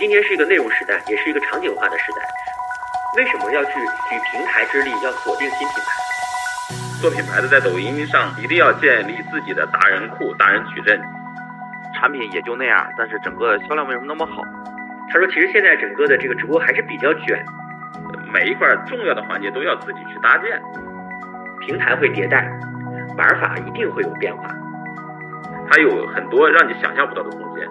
今天是一个内容时代，也是一个场景化的时代。为什么要去举平台之力，要锁定新品牌？ 做品牌的在抖音上一定要建立自己的达人库、达人矩阵。 产品也就那样，但是整个销量为什么那么好？ 他说，其实现在整个的这个直播还是比较卷， 每一块重要的环节都要自己去搭建。 平台会迭代，玩法一定会有变化， 它有很多让你想象不到的空间。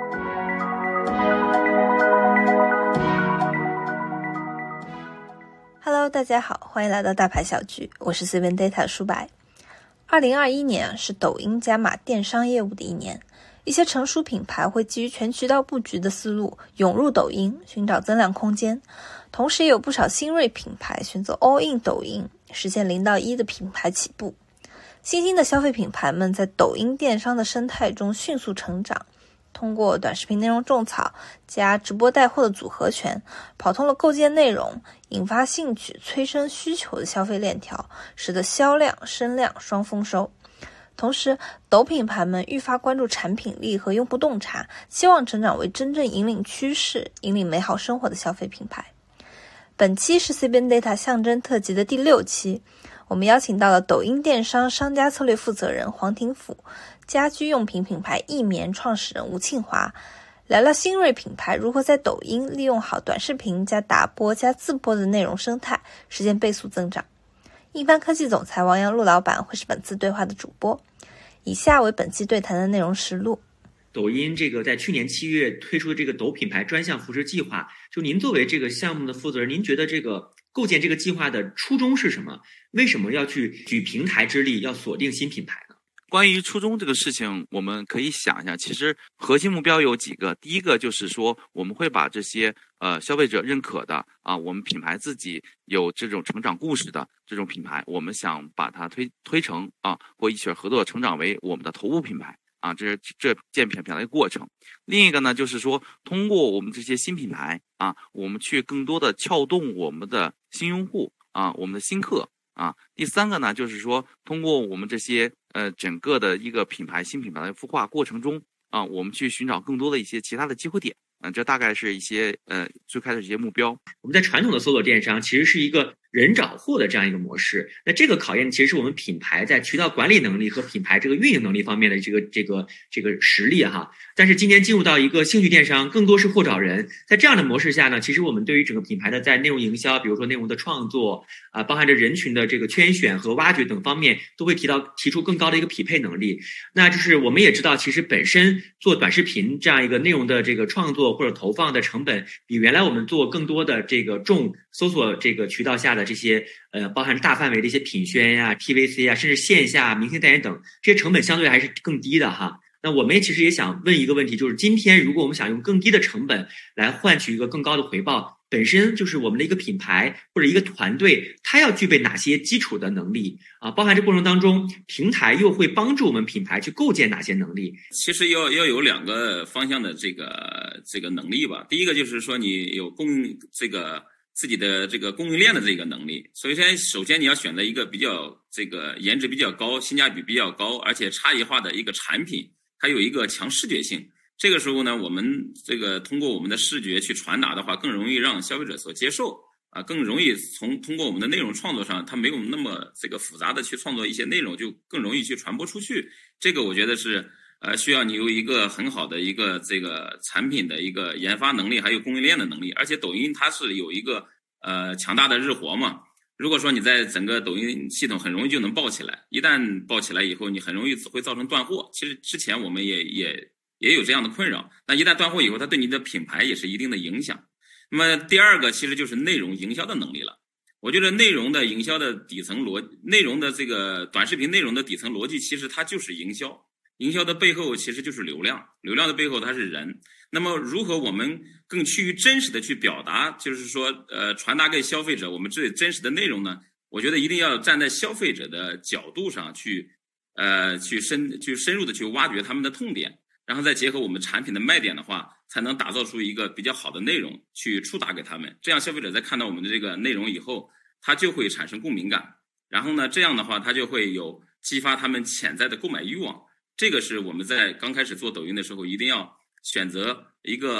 Hello， 大家好，欢迎来到大牌小聚，我是 7data 舒白。2021年是抖音加码电商业务的一年，一些成熟品牌会基于全渠道布局的思路涌入抖音，寻找增量空间，同时也有不少新锐品牌选择 all in 抖音，实现0到1的品牌起步。新兴的消费品牌们在抖音电商的生态中迅速成长，通过短视频内容种草加直播带货的组合拳，跑通了构建内容、引发兴趣、催生需求的消费链条，使得销量、声量双丰收。同时，抖品牌们愈发关注产品力和用户洞察，希望成长为真正引领趋势、引领美好生活的消费品牌。本期是 7data 象征特辑的第6期，我们邀请到了抖音电商商家策略负责人黄廷甫、家居用品品牌一棉创始人吴庆华，聊聊新锐品牌如何在抖音利用好短视频加打播加自播的内容生态，实现倍速增长。一帆科技总裁王阳陆老板会是本次对话的主播。以下为本期对谈的内容实录。 抖音这个在去年7月推出的这个抖品牌专项扶持计划，就您作为这个项目的负责人，您觉得这个构建这个计划的初衷是什么？为什么要去举平台之力，要锁定新品牌呢？ 关于初衷这个事情，我们可以想一下，其实核心目标有几个。第一个就是说，我们会把这些消费者认可的我们品牌自己有这种成长故事的这种品牌，我们想把它推成或一起合作成长为我们的头部品牌这是建品牌的过程。另一个呢，就是说通过我们这些新品牌我们去更多的撬动我们的新用户我们的新客第三个呢，就是说通过我们这些整个的一个新品牌的孵化过程中我们去寻找更多的一些其他的机会点这大概是一些最开始一些目标。 我们在传统的搜索电商其实是一个人找货的这样一个模式，那这个考验其实是我们品牌在渠道管理能力和品牌这个运营能力方面的这个实力哈。但是今天进入到一个兴趣电商，更多是货找人，在这样的模式下呢，其实我们对于整个品牌的在内容营销，比如说内容的创作包含着人群的这个圈选和挖掘等方面，都会提出更高的一个匹配能力。那就是我们也知道，其实本身做短视频这样一个内容的这个创作或者投放的成本，比原来我们做更多的这个重搜索这个渠道下的这些包含大范围的一些品宣呀、TVC 甚至线下明星代言等，这些成本相对还是更低的哈。那我们其实也想问一个问题，就是今天如果我们想用更低的成本来换取一个更高的回报，本身就是我们的一个品牌或者一个团队，它要具备哪些基础的能力包含这过程当中平台又会帮助我们品牌去构建哪些能力？ 其实要有2个方向的这个能力吧。第一个就是说你有自己的这个供应链的这个能力。首先你要选择一个比较这个颜值比较高、性价比比较高，而且差异化的一个产品，它有一个强视觉性。这个时候呢，我们这个通过我们的视觉去传达的话，更容易让消费者所接受更容易通过我们的内容创作上，它没有那么这个复杂的去创作一些内容，就更容易去传播出去。这个我觉得是需要你有一个很好的一个这个产品的一个研发能力，还有供应链的能力。而且抖音它是有一个强大的日活嘛，如果说你在整个抖音系统很容易就能爆起来，一旦爆起来以后，你很容易会造成断货。其实之前我们也有这样的困扰，那一旦断货以后，它对你的品牌也是一定的影响。那么第二个其实就是内容营销的能力了。我觉得内容的营销的底层内容的这个短视频内容的底层逻辑，其实它就是营销。营销的背后其实就是流量，流量的背后它是人。那么如何我们更趋于真实的去表达，就是说传达给消费者我们最真实的内容呢？我觉得一定要站在消费者的角度上去深入的去挖掘他们的痛点，然后再结合我们产品的卖点的话，才能打造出一个比较好的内容去触达给他们。这样消费者在看到我们的这个内容以后，他就会产生共鸣感，然后呢，这样的话他就会有激发他们潜在的购买欲望。这个是我们在刚开始做抖音的时候一定要选择一个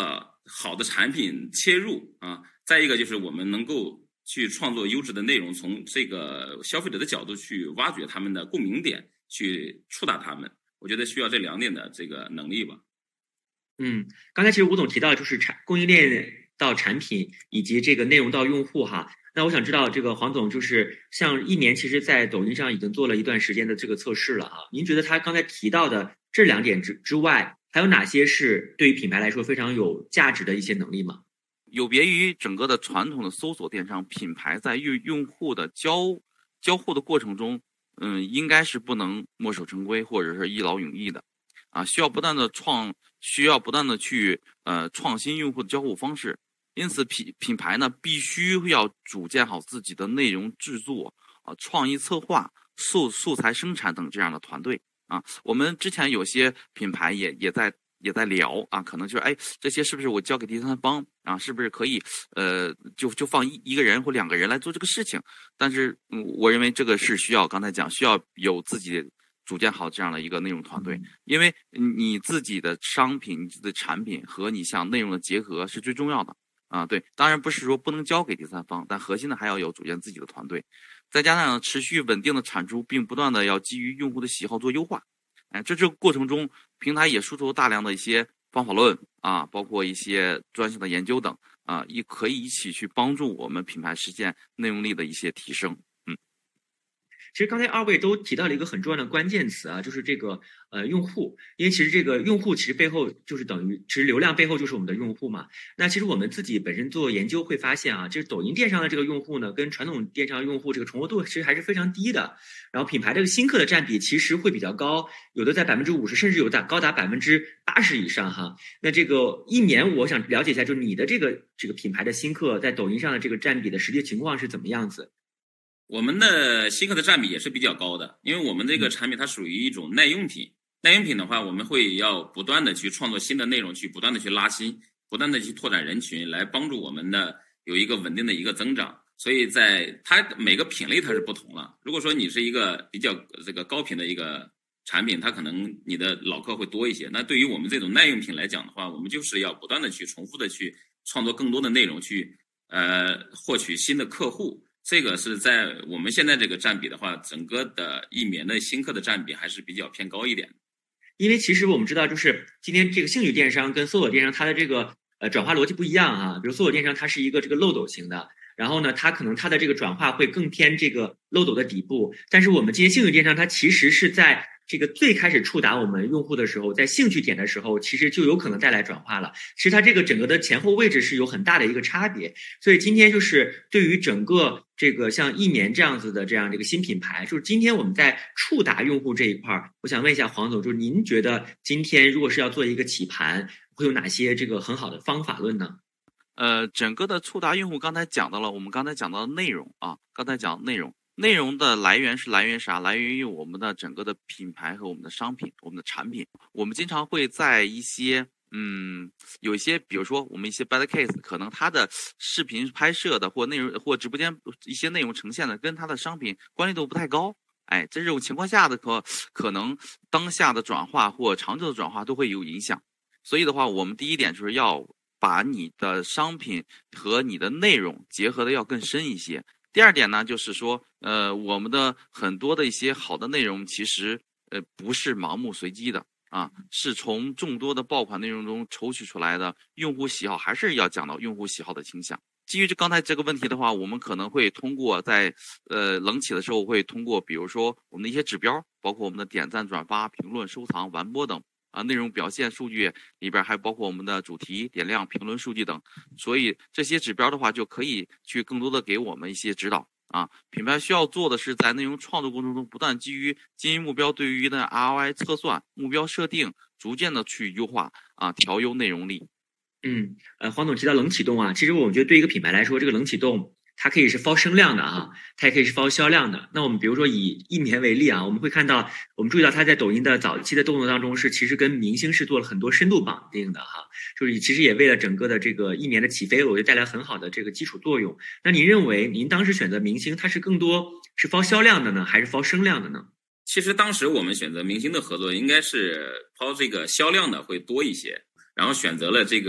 好的产品切入啊，再一个就是我们能够去创作优质的内容，从这个消费者的角度去挖掘他们的共鸣点，去触达他们。我觉得需要这2点的这个能力吧。 刚才其实吴总提到就是供应链到产品以及这个内容到用户哈。那我想知道这个黄总就是像一年，其实在抖音上已经做了一段时间的这个测试了啊。您觉得他刚才提到的这2点之外，还有哪些是对于品牌来说非常有价值的一些能力吗？ 有别于整个的传统的搜索电商，品牌在与用户的交互的过程中，应该是不能墨守成规或者是一劳永逸的，啊，需要不断的去创新用户的交互方式。因此品牌呢必须要组建好自己的内容制作创意策划、素材生产等这样的团队啊。我们之前有些品牌也在聊啊，可能就是这些是不是我交给第三方啊，是不是可以就放一个人或2个人来做这个事情？但是我认为这个是需要刚才讲需要有自己组建好这样的一个内容团队，因为你自己的商品、你自己的产品和你像内容的结合是最重要的啊。对，当然不是说不能交给第三方，但核心的还要有组建自己的团队，再加上持续稳定的产出，并不断的要基于用户的喜好做优化。这个过程中，平台也输出大量的一些方法论啊，包括一些专项的研究等啊，也可以一起去帮助我们品牌实现内容力的一些提升。 其实刚才2位都提到了一个很重要的关键词啊，就是这个用户，因为其实这个用户其实背后就是等于其实流量背后就是我们的用户嘛。那其实我们自己本身做研究会发现啊，就是抖音电商的这个用户呢，跟传统电商用户这个重合度其实还是非常低的。然后品牌这个新客的占比其实会比较高，有的在50%，甚至有的高达80%以上哈。那这个一年我想了解一下，就是你的这个品牌的新客在抖音上的这个占比的实际情况是怎么样子？ 我们的新客的占比也是比较高的，因为我们这个产品它属于一种耐用品。耐用品的话，我们会要不断的去创作新的内容，去不断的去拉新，不断的去拓展人群，来帮助我们的有一个稳定的一个增长。所以在它每个品类它是不同了。如果说你是一个比较这个高频的一个产品，它可能你的老客会多一些。那对于我们这种耐用品来讲的话，我们就是要不断的去重复的去创作更多的内容，去获取新的客户。这个是在我们现在这个占比的话，整个的一年的新客的占比还是比较偏高一点的。 因为其实我们知道，就是今天这个兴趣电商跟搜索电商它的这个转化逻辑不一样啊。比如搜索电商它是一个这个漏斗型的，然后呢它可能它的这个转化会更偏这个漏斗的底部，但是我们今天兴趣电商它其实是在这个最开始触达我们用户的时候，在兴趣点的时候，其实就有可能带来转化了。其实它这个整个的前后位置是有很大的一个差别。所以今天就是对于整个这个像一年这样子的这样这个新品牌，就是今天我们在触达用户这一块，我想问一下黄总，就是您觉得今天如果是要做一个起盘，会有哪些这个很好的方法论呢？ 整个的触达用户刚才讲到了，我们刚才讲到的内容啊，刚才讲内容的来源是来源啥？来源于我们的整个的品牌和我们的商品、我们的产品。我们经常会在一些有一些，比如说我们一些 bad case， 可能它的视频拍摄的或内容或直播间一些内容呈现的跟它的商品关联度不太高。这种情况下的可能当下的转化或长久的转化都会有影响。所以的话，我们第一点就是要把你的商品和你的内容结合的要更深一些。第二点呢，就是说，我们的很多的一些好的内容，其实不是盲目随机的啊，是从众多的爆款内容中抽取出来的。用户喜好还是要讲到用户喜好的倾向。基于刚才这个问题的话，我们可能会通过在冷起的时候，会通过比如说我们的一些指标，包括我们的点赞、转发、评论、收藏、完播等。内容表现数据里边还包括我们的主题、点亮、评论数据等，所以这些指标的话就可以去更多的给我们一些指导啊。品牌需要做的是在内容创作过程中不断基于经营目标对于的 ROI 测算、目标设定，逐渐的去优化啊，调优内容力。 黄总提到冷启动啊，其实我们觉得对一个品牌来说，这个冷启动它可以是包声量的啊，它也可以是包销量的。那我们比如说以一年为例啊，我们会看到，我们注意到它在抖音的早期的动作当中其实跟明星是做了很多深度绑定的哈，就是其实也为了整个的这个一年的起飞，我觉得带来很好的这个基础作用。那您认为您当时选择明星，它是更多是包销量的呢，还是包声量的呢？ 其实当时我们选择明星的合作，应该是包这个销量的会多一些，然后选择了这个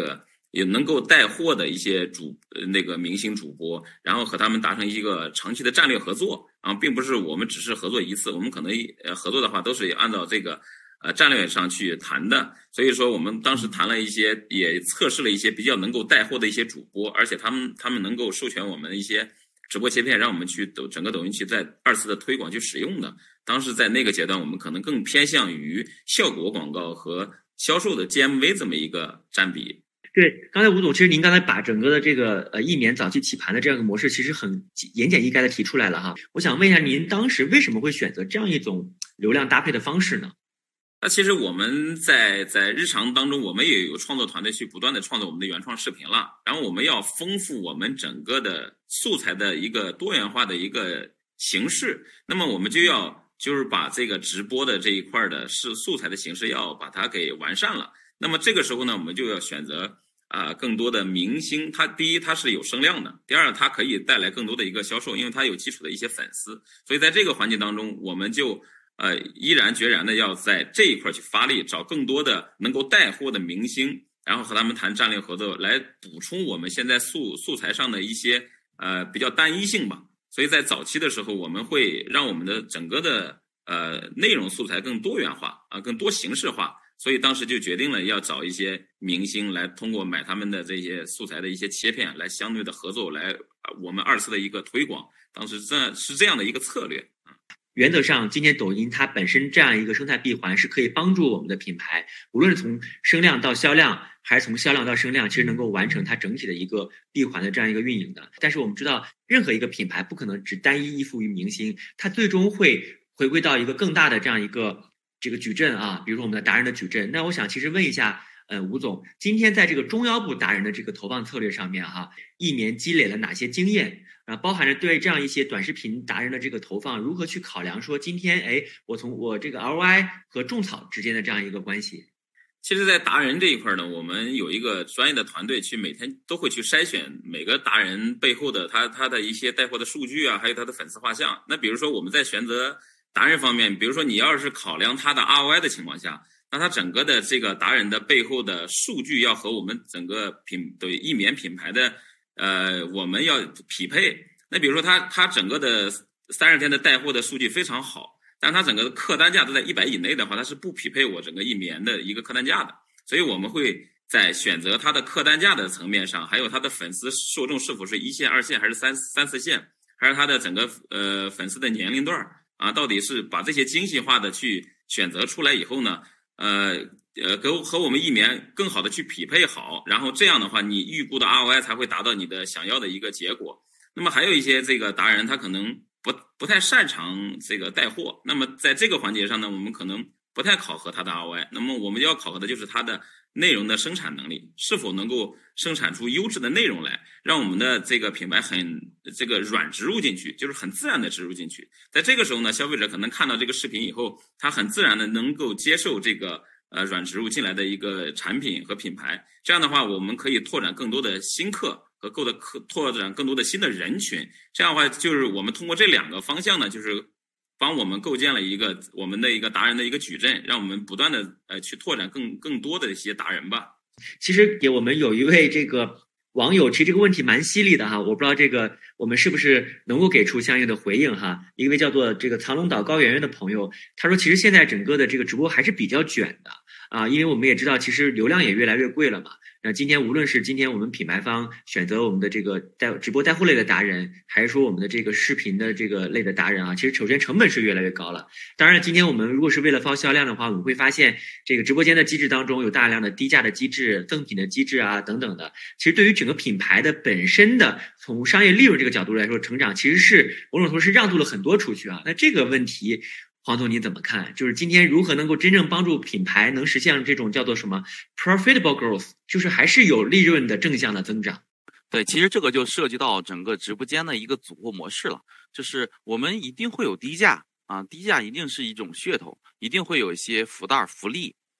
也能够带货的一些那个明星主播，然后和他们达成一个长期的战略合作啊，并不是我们只是合作一次，我们可能合作的话都是按照这个战略上去谈的。所以说我们当时谈了一些，也测试了一些比较能够带货的一些主播，而且他们能够授权我们一些直播切片，让我们去整个抖音去在二次的推广去使用的。当时在那个阶段，我们可能更偏向于效果广告和销售的 GMV 这么一个占比。 对，刚才吴总，其实您刚才把整个的这个易免早期起盘的这样一个模式，其实很言简意赅的提出来了哈。我想问一下，您当时为什么会选择这样一种流量搭配的方式呢？ 那其实我们在日常当中，我们也有创作团队去不断的创作我们的原创视频了，然后我们要丰富我们整个的素材的一个多元化的一个形式，那么我们就是把这个直播的这一块的素材的形式要把它给完善了。那么这个时候呢，我们就要选择更多的明星，第一它是有声量的，第二它可以带来更多的一个销售，因为它有基础的一些粉丝，所以在这个环节当中，我们就毅然决然的要在这一块去发力，找更多的能够带货的明星，然后和他们谈战略合作，来补充我们现在素材上的一些比较单一性吧。所以在早期的时候，我们会让我们的整个的内容素材更多元化更多形式化。所以当时就决定了要找一些明星来通过买他们的这些素材的一些切片来相对的合作，来我们二次的一个推广。当时是这样的一个策略。 原则上，今天抖音它本身这样一个生态闭环是可以帮助我们的品牌，无论是从声量到销量，还是从销量到声量，其实能够完成它整体的一个闭环的这样一个运营的。但是我们知道，任何一个品牌不可能只单一依附于明星，它最终会回归到一个更大的这样一个这个矩阵啊，比如说我们的达人的矩阵。那我想其实问一下吴总，今天在这个中腰部达人的这个投放策略上面一年积累了哪些经验包含着对这样一些短视频达人的这个投放如何去考量，说今天我从我这个 ROI 和种草之间的这样一个关系。 其实在达人这一块呢，我们有一个专业的团队去每天都会去筛选每个达人背后的他的一些带货的数据还有他的粉丝画像。那比如说我们在选择达人方面，比如说你要是考量他的 ROI 的情况下，那他整个的这个达人的背后的数据要和我们整个易免品牌的我们要匹配。那比如说他整个的30天的带货的数据非常好，但他整个的客单价都在100以内的话，它是不匹配我整个易免的一个客单价的。所以我们会在选择他的客单价的层面上，还有他的粉丝受众是否是1线、2线还是3、4线，还是他的整个粉丝的年龄段到底是把这些精细化的去选择出来以后呢，和我们易免更好的去匹配好，然后这样的话，你预估的 ROI 才会达到你的想要的一个结果。那么还有一些这个达人，他可能不太擅长这个带货，那么在这个环节上呢，我们可能不太考核他的 ROI。那么我们要考核的就是他的内容的生产能力，是否能够生产出优质的内容来，让我们的这个品牌这个软植入进去，就是很自然的植入进去。在这个时候呢，消费者可能看到这个视频以后，他很自然的能够接受这个软植入进来的一个产品和品牌。这样的话，我们可以拓展更多的新客和拓展更多的新的人群。这样的话，就是我们通过这2个方向呢，就是帮我们构建了我们的一个达人的一个矩阵，让我们不断的去拓展更多的一些达人吧。 其实给我们有一位这个网友，其实这个问题蛮犀利的我不知道这个我们是不是能够给出相应的回应一位叫做这个藏龙岛高圆圆的朋友，他说其实现在整个的这个直播还是比较卷的因为我们也知道其实流量也越来越贵了嘛。那今天无论是今天我们品牌方选择我们的这个直播带货类的达人，还是说我们的这个视频的这个类的达人其实首先成本是越来越高了。当然今天我们如果是为了高销量的话，我们会发现这个直播间的机制当中有大量的低价的机制、赠品的机制等等的。其实对于整个品牌的本身的从商业利润这个角度来说，成长其实是某种程度是让渡了很多出去那这个问题黄总你怎么看？就是今天如何能够真正帮助品牌能实现这种叫做什么 profitable growth， 就是还是有利润的正向的增长。 对，其实这个就涉及到整个直播间的一个组合模式了，就是我们一定会有低价低价一定是一种噱头，一定会有一些福袋福利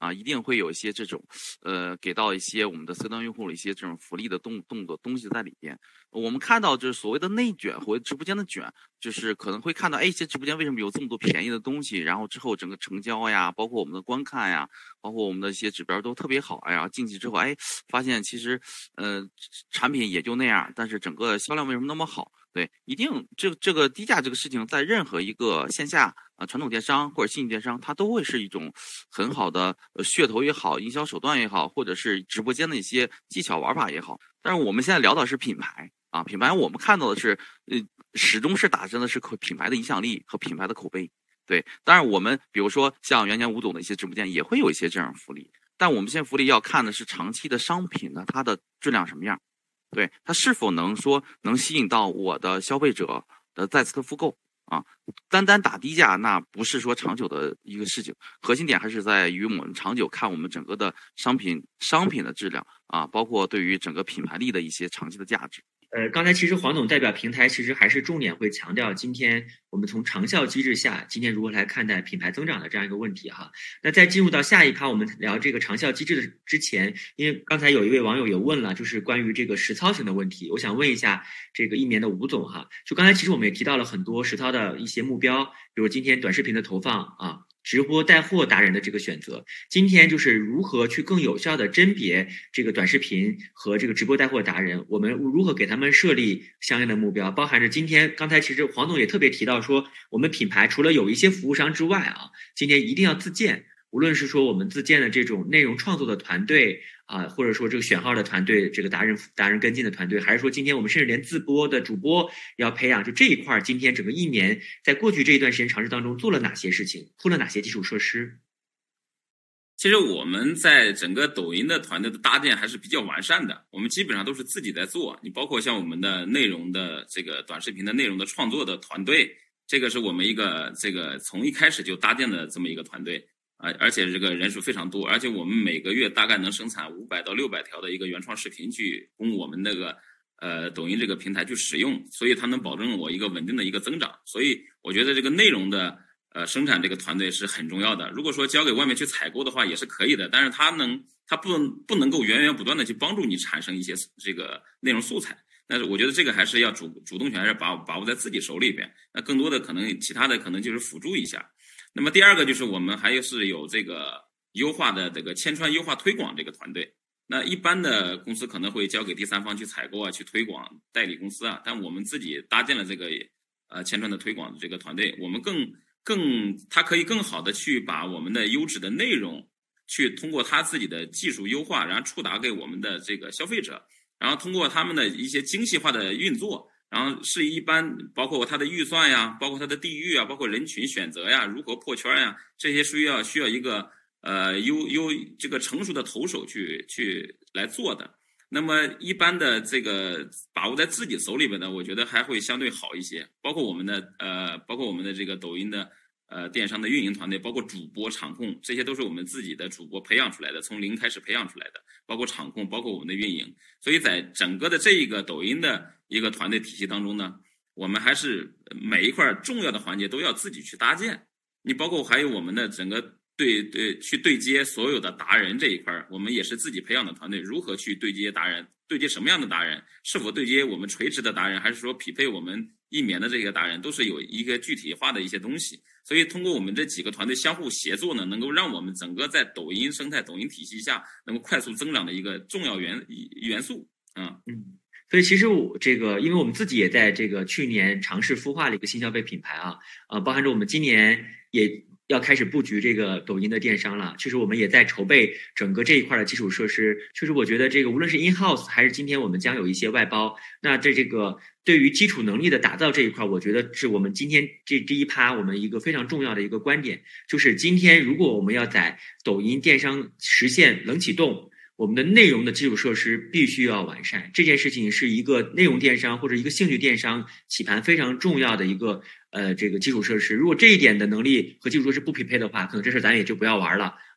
啊，一定会有一些这种给到一些我们的 C 端用户的一些这种福利的动作东西在里边。我们看到就是所谓的内卷或者直播间的卷，就是可能会看到，哎，一些直播间为什么有这么多便宜的东西，然后之后整个成交呀，包括我们的观看呀，包括我们的一些指标都特别好，然后进去之后，哎，发现其实产品也就那样，但是整个销量为什么那么好？对，一定这个低价这个事情，在任何一个线下传统电商或者新型电商，它都会是一种很好的噱头也好，营销手段也好，或者是直播间的一些技巧玩法也好。但是我们现在聊的是品牌啊，品牌我们看到的是始终是打着的是品牌的影响力和品牌的口碑。对，当然我们比如说像原年吴总的一些直播间也会有一些这样福利，但我们现在福利要看的是长期的商品呢，它的质量什么样。对，它是否能吸引到我的消费者的再次的复购啊？单打低价那不是说长久的一个事情，核心点还是在于我们长久看我们整个的商品的质量啊，包括对于整个品牌力的一些长期的价值。 刚才其实黄总代表平台，其实还是重点会强调，今天我们从长效机制下，今天如何来看待品牌增长的这样一个问题哈。那在进入到下一趴，我们聊这个长效机制的之前，因为刚才有一位网友也问了，就是关于这个实操型的问题，我想问一下这个一棉的吴总哈。就刚才其实我们也提到了很多实操的一些目标，比如今天短视频的投放啊。直播带货达人的这个选择，今天就是如何去更有效的甄别这个短视频和这个直播带货达人，我们如何给他们设立相应的目标，包含着今天刚才其实黄总也特别提到说，我们品牌除了有一些服务商之外啊，今天一定要自建，无论是说我们自建的这种内容创作的团队啊，或者说这个选号的团队，这个达人跟进的团队，还是说今天我们甚至连自播的主播要培养，就这一块今天整个一年在过去这一段时间尝试当中做了哪些事情，铺了哪些基础设施？ 其实我们在整个抖音的团队的搭建还是比较完善的，我们基本上都是自己在做。你包括像我们的内容的这个短视频的内容的创作的团队，这个是我们一个这个从一开始就搭建的这么一个团队。而且这个人数非常多，而且我们每个月大概能生产500到600条的一个原创视频去供我们那个抖音这个平台去使用，所以它能保证我一个稳定的一个增长。所以我觉得这个内容的生产这个团队是很重要的。如果说交给外面去采购的话也是可以的，但是它不能够源源不断的去帮助你产生一些这个内容素材。但是我觉得这个还是要主动权还是把握在自己手里边，那更多的可能其他的可能就是辅助一下。那么第二个就是我们还是有这个优化的这个千川优化推广这个团队。那一般的公司可能会交给第三方去采购啊，去推广代理公司啊，但我们自己搭建了这个千川的推广的这个团队，我们它可以更好的去把我们的优质的内容去通过它自己的技术优化，然后触达给我们的这个消费者，然后通过他们的一些精细化的运作，然后是一般包括它的预算呀，包括它的地域啊，包括人群选择呀，如何破圈呀，这些需要一个这个成熟的投手去来做的。那么一般的这个把握在自己手里边呢，我觉得还会相对好一些。包括我们的这个抖音的电商的运营团队，包括主播场控，这些都是我们自己的主播培养出来的，从零开始培养出来的，包括场控，包括我们的运营。所以在整个的这一个抖音的一个团队体系当中呢，我们还是每一块重要的环节都要自己去搭建。你包括还有我们的整个去对接所有的达人这一块，我们也是自己培养的团队，如何去对接达人，对接什么样的达人，是否对接我们垂直的达人，还是说匹配我们一棉的这个达人，都是有一个具体化的一些东西。所以通过我们这几个团队相互协作呢，能够让我们整个在抖音生态、抖音体系下能够快速增长的一个重要元素啊。 所以其实因为我们自己也在这个去年尝试孵化了一个新消费品牌包含着我们今年也要开始布局这个抖音的电商了。其实我们也在筹备整个这一块的基础设施。确实我觉得这个无论是 in house 还是今天我们将有一些外包，那这个对于基础能力的打造这一块，我觉得是我们今天这一趴我们一个非常重要的一个观点，就是今天如果我们要在抖音电商实现冷启动，我们的内容的基础设施必须要完善。这件事情是一个内容电商或者一个兴趣电商起盘非常重要的一个这个基础设施。如果这一点的能力和基础设施不匹配的话，可能这事咱也就不要玩了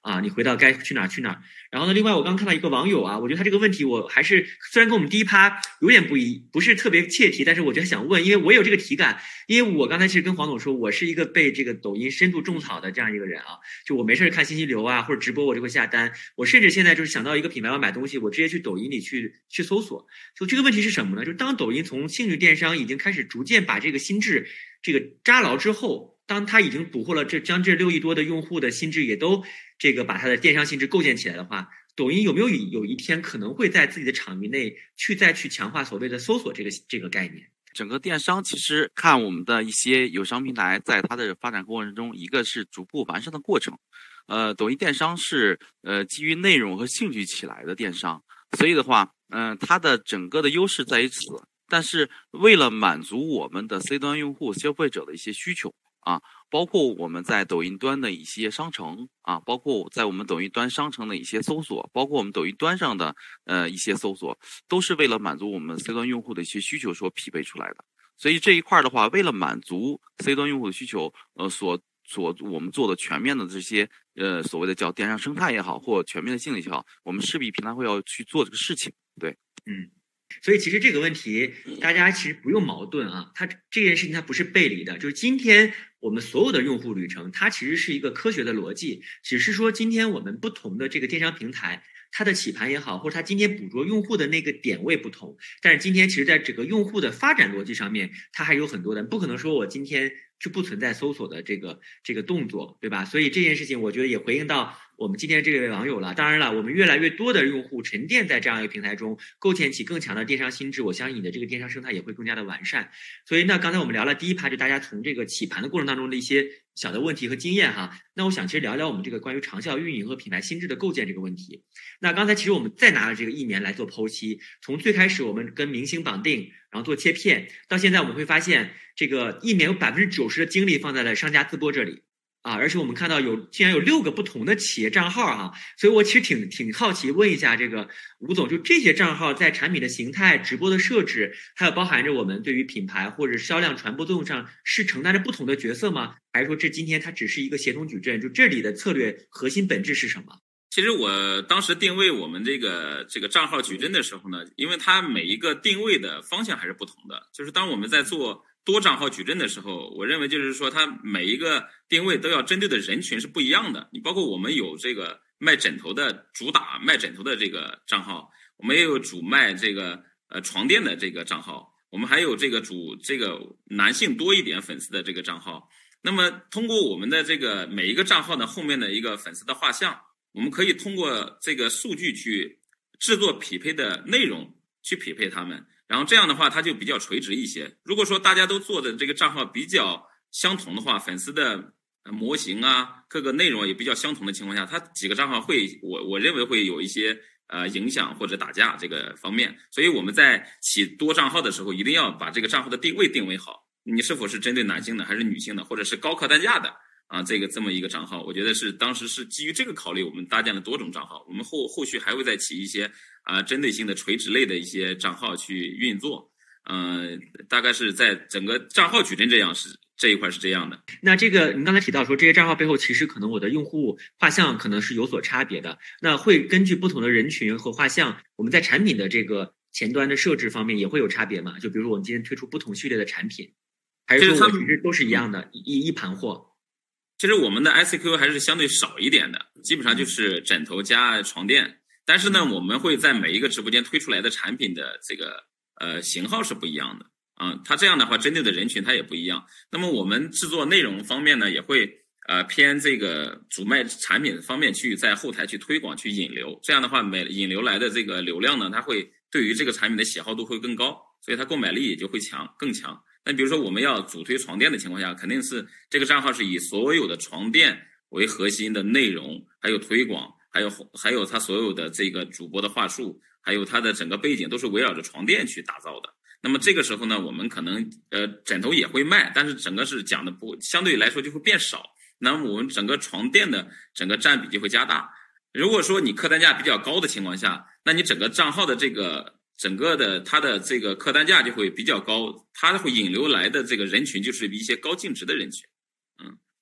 啊，你回到该去哪儿去哪儿。然后呢，另外我刚看到一个网友啊，我觉得他这个问题我还是虽然跟我们第一趴有点不是特别切题，但是我觉得想问，因为我有这个体感，因为我刚才其实跟黄总说，我是一个被这个抖音深度种草的这样一个人啊，就我没事看信息流啊或者直播我就会下单，我甚至现在就是想到一个品牌要买东西，我直接去抖音里去搜索。就这个问题是什么呢？就是当抖音从兴趣电商已经开始逐渐把这个心智这个扎牢之后，当他已经捕获了将这6亿多的用户的心智，也都这个把他的电商心智构建起来的话，抖音有没有一天可能会在自己的场域内再去强化所谓的搜索这个概念？ 整个电商其实看我们的一些友商平台，在它的发展过程中，一个是逐步完善的过程。抖音电商是基于内容和兴趣起来的电商，所以的话，它的整个的优势在于此。但是为了满足我们的 C 端用户消费者的一些需求啊，包括我们在抖音端的一些商城啊，包括在我们抖音端商城的一些搜索，包括我们抖音端上的一些搜索，都是为了满足我们 C 端用户的一些需求所匹配出来的。所以这一块的话，为了满足 C 端用户的需求，我们做的全面的这些所谓的叫电商生态也好，或全面的性也好，我们势必平台会要去做这个事情。对， 所以其实这个问题大家其实不用矛盾啊，它这件事情它不是背离的，就是今天我们所有的用户旅程，它其实是一个科学的逻辑，只是说今天我们不同的这个电商平台，它的起盘也好，或者它今天捕捉用户的那个点位不同，但是今天其实在整个用户的发展逻辑上面，它还有很多的，不可能说我今天就不存在搜索的这个动作，对吧？所以这件事情我觉得也回应到我们今天这位网友了。当然了，我们越来越多的用户沉淀在这样一个平台中，构建起更强的电商心智，我相信你的这个电商生态也会更加的完善。所以那刚才我们聊了第一趴，就大家从这个起盘的过程当中的一些小的问题和经验哈。那我想其实聊聊我们这个关于长效运营和品牌心智的构建这个问题。那刚才其实我们再拿了这个1年来做剖析，从最开始我们跟明星绑定，然后做切片，到现在我们会发现这个1年有90%的精力放在了商家自播这里。而且我们看到竟然有6个不同的企业账号哈，所以我其实挺好奇，问一下这个吴总，就这些账号在产品的形态、直播的设置，还有包含着我们对于品牌或者销量传播作用上，是承担着不同的角色吗？还是说这今天它只是一个协同矩阵？就这里的策略核心本质是什么？ 其实我当时定位我们这个账号矩阵的时候呢，因为它每一个定位的方向还是不同的，就是当我们在做多账号矩阵的时候，我认为就是说它每一个定位都要针对的人群是不一样的。你包括我们有这个卖枕头的主打卖枕头的这个账号，我们也有主卖这个床垫的这个账号，我们还有这个主这个男性多一点粉丝的这个账号。那么通过我们的这个每一个账号的后面的一个粉丝的画像，我们可以通过这个数据去制作匹配的内容，去匹配他们。然后这样的话它就比较垂直一些。如果说大家都做的这个账号比较相同的话，粉丝的模型啊各个内容也比较相同的情况下，它几个账号会我认为会有一些影响或者打架这个方面。所以我们在起多账号的时候，一定要把这个账号的定位定位好，你是否是针对男性的还是女性的，或者是高客单价的这么一个账号。我觉得是当时是基于这个考虑，我们搭建了多种账号。我们后续还会再起一些针对性的垂直类的一些账号去运作。大概是在整个账号矩阵这一块是这样的。 那这个您刚才提到说这些账号背后其实可能我的用户画像可能是有所差别的，那会根据不同的人群和画像，我们在产品的这个前端的设置方面也会有差别吗？就比如说我们今天推出不同系列的产品，还是说我其实都是一样的一盘货？ 其实我们的 ICQ 还是相对少一点的，基本上就是枕头加床垫。但是呢，我们会在每一个直播间推出来的产品的这个型号是不一样的它这样的话针对的人群它也不一样。那么我们制作内容方面呢，也会偏这个主卖产品方面去在后台去推广去引流。这样的话引流来的这个流量呢，它会对于这个产品的喜好度会更高，所以它购买力也就会更强。那比如说我们要主推床垫的情况下，肯定是这个账号是以所有的床垫为核心的内容，还有推广，还有它所有的这个主播的话术，还有它的整个背景都是围绕着床垫去打造的。那么这个时候呢，我们可能枕头也会卖，但是整个是讲的相对来说就会变少。那么我们整个床垫的整个占比就会加大。如果说你客单价比较高的情况下，那你整个账号的这个整个的它的这个客单价就会比较高，它会引流来的这个人群就是一些高净值的人群。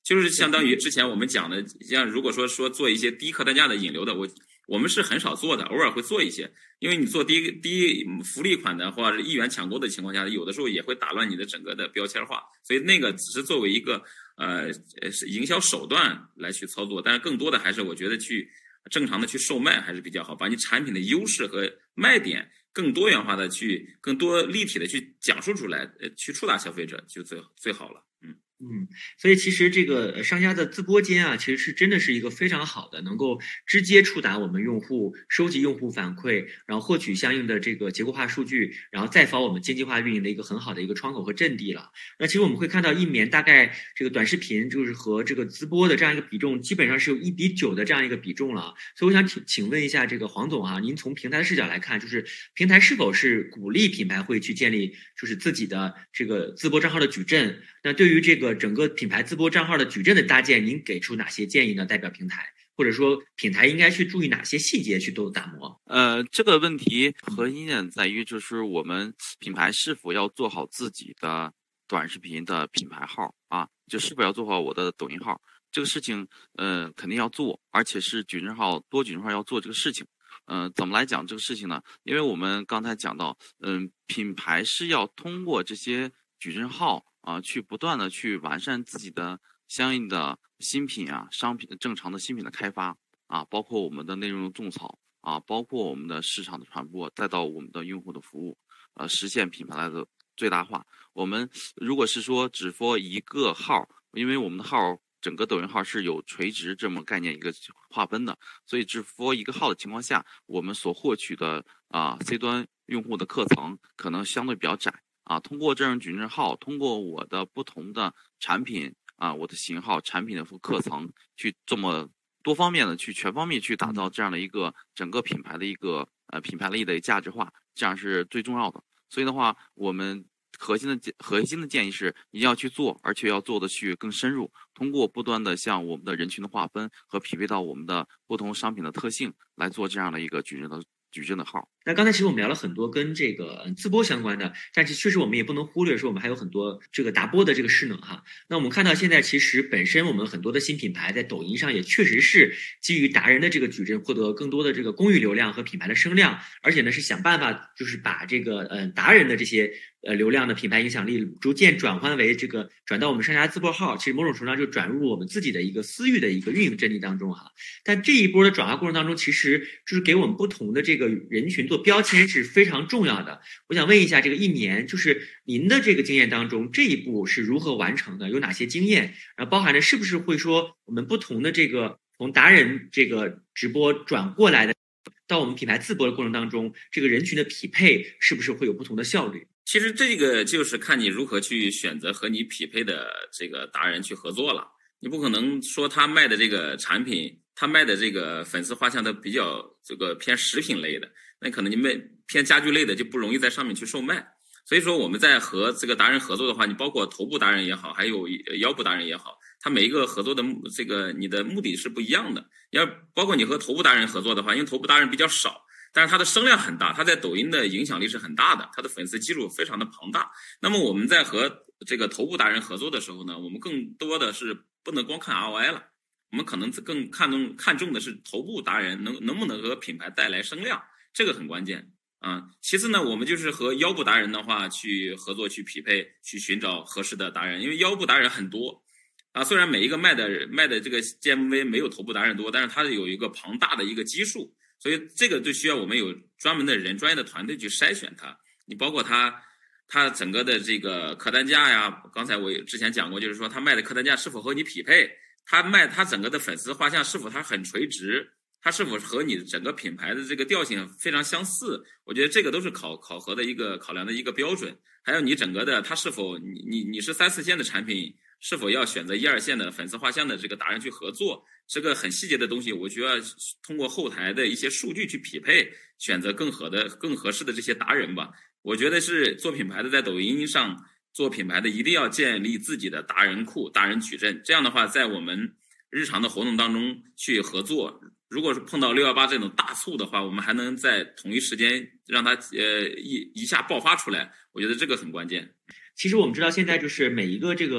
就是相当于之前我们讲的，像如果说做一些低客单价的引流的，我们是很少做的，偶尔会做一些，因为你做低福利款的或者1元抢购的情况下，有的时候也会打乱你的整个的标签化，所以那个只是作为一个营销手段来去操作，但是更多的还是我觉得去正常的去售卖还是比较好，把你产品的优势和卖点更多元化的去更多立体的去讲述出来，去触达消费者就最好了。 所以其实这个商家的自播间啊，其实是真的是一个非常好的，能够直接触达我们用户，收集用户反馈，然后获取相应的这个结构化数据，然后再访我们经济化运营的一个很好的一个窗口和阵地了。那其实我们会看到一年大概这个短视频就是和这个自播的这样一个比重，基本上是有1:9的这样一个比重了。所以我想请问一下这个黄总啊，您从平台的视角来看，就是平台是否是鼓励品牌会去建立就是自己的这个自播账号的矩阵？那对于这个整个品牌自播账号的矩阵的搭建，您给出哪些建议呢？代表平台，或者说品牌应该去注意哪些细节去都打磨？ 这个问题核心点在于，就是我们品牌是否要做好自己的短视频的品牌号啊，就是否要做好我的抖音号，这个事情肯定要做，而且是矩阵号多矩阵号要做这个事情。怎么来讲这个事情呢？因为我们刚才讲到，品牌是要通过这些矩阵号啊，去不断的去完善自己的相应的新品啊、商品正常的新品的开发啊，包括我们的内容的种草啊，包括我们的市场的传播，再到我们的用户的服务，实现品牌的最大化。我们如果是说只for一个号，因为我们的号整个抖音号是有垂直这么概念一个划分的，所以只for一个号的情况下，我们所获取的C 端用户的客层可能相对比较窄。通过这样矩阵号，通过我的不同的产品我的型号、产品的客层，去这么多方面的去全方面去打造这样的一个整个品牌的一个品牌力的价值化，这样是最重要的。所以的话，我们核心的建议是一定要去做，而且要做的去更深入，通过不断的向我们的人群的划分和匹配到我们的不同商品的特性来做这样的一个矩阵的号。 那刚才其实我们聊了很多跟这个自播相关的，但是确实我们也不能忽略说我们还有很多这个达播的这个势能哈。那我们看到现在其实本身我们很多的新品牌在抖音上也确实是基于达人的这个矩阵获得更多的这个公域流量和品牌的声量，而且呢是想办法就是把这个达人的这些流量的品牌影响力逐渐转换为这个转到我们商家自播号，其实某种程度上就转入我们自己的一个私域的一个运营阵地当中哈。但这一波的转化过程当中，其实就是给我们不同的这个人群做标签是非常重要的。我想问一下，这个1年就是您的这个经验当中，这一步是如何完成的？有哪些经验？然后包含着是不是会说我们不同的这个从达人这个直播转过来的到我们品牌自播的过程当中，这个人群的匹配是不是会有不同的效率？ 其实这个就是看你如何去选择和你匹配的这个达人去合作了。你不可能说他卖的这个产品，他卖的这个粉丝画像的比较这个偏食品类的，那可能你们偏家具类的就不容易在上面去售卖。所以说我们在和这个达人合作的话，你包括头部达人也好，还有腰部达人也好，他每一个合作的这个你的目的是不一样的。要包括你和头部达人合作的话，因为头部达人比较少，但是他的声量很大，他在抖音的影响力是很大的，他的粉丝基础非常的庞大。那么我们在和这个头部达人合作的时候呢，我们更多的是不能光看 ROI 了，我们可能更看重的是头部达人能不能和品牌带来声量，这个很关键啊。其次呢，我们就是和腰部达人的话去合作，去匹配，去寻找合适的达人，因为腰部达人很多啊，虽然每一个卖的这个 GMV 没有头部达人多，但是它有一个庞大的一个基数，所以这个就需要我们有专门的人、专业的团队去筛选它。你包括它整个的这个客单价呀，刚才我之前讲过，就是说它卖的客单价是否和你匹配，它整个的粉丝画像是否它很垂直，它是否和你整个品牌的这个调性非常相似，我觉得这个都是考核的一个考量的一个标准。还有你整个的它是否你是3、4线的产品，是否要选择1、2线的粉丝画像的这个达人去合作，这个很细节的东西，我觉得通过后台的一些数据去匹配，选择更合适的这些达人吧。我觉得是做品牌的，在抖音上做品牌的一定要建立自己的达人库、达人矩阵，这样的话在我们日常的活动当中去合作，如果是碰到618这种大促的话，我们还能在同一时间让它一下爆发出来，我觉得这个很关键。 其实我们知道现在就是每一个这个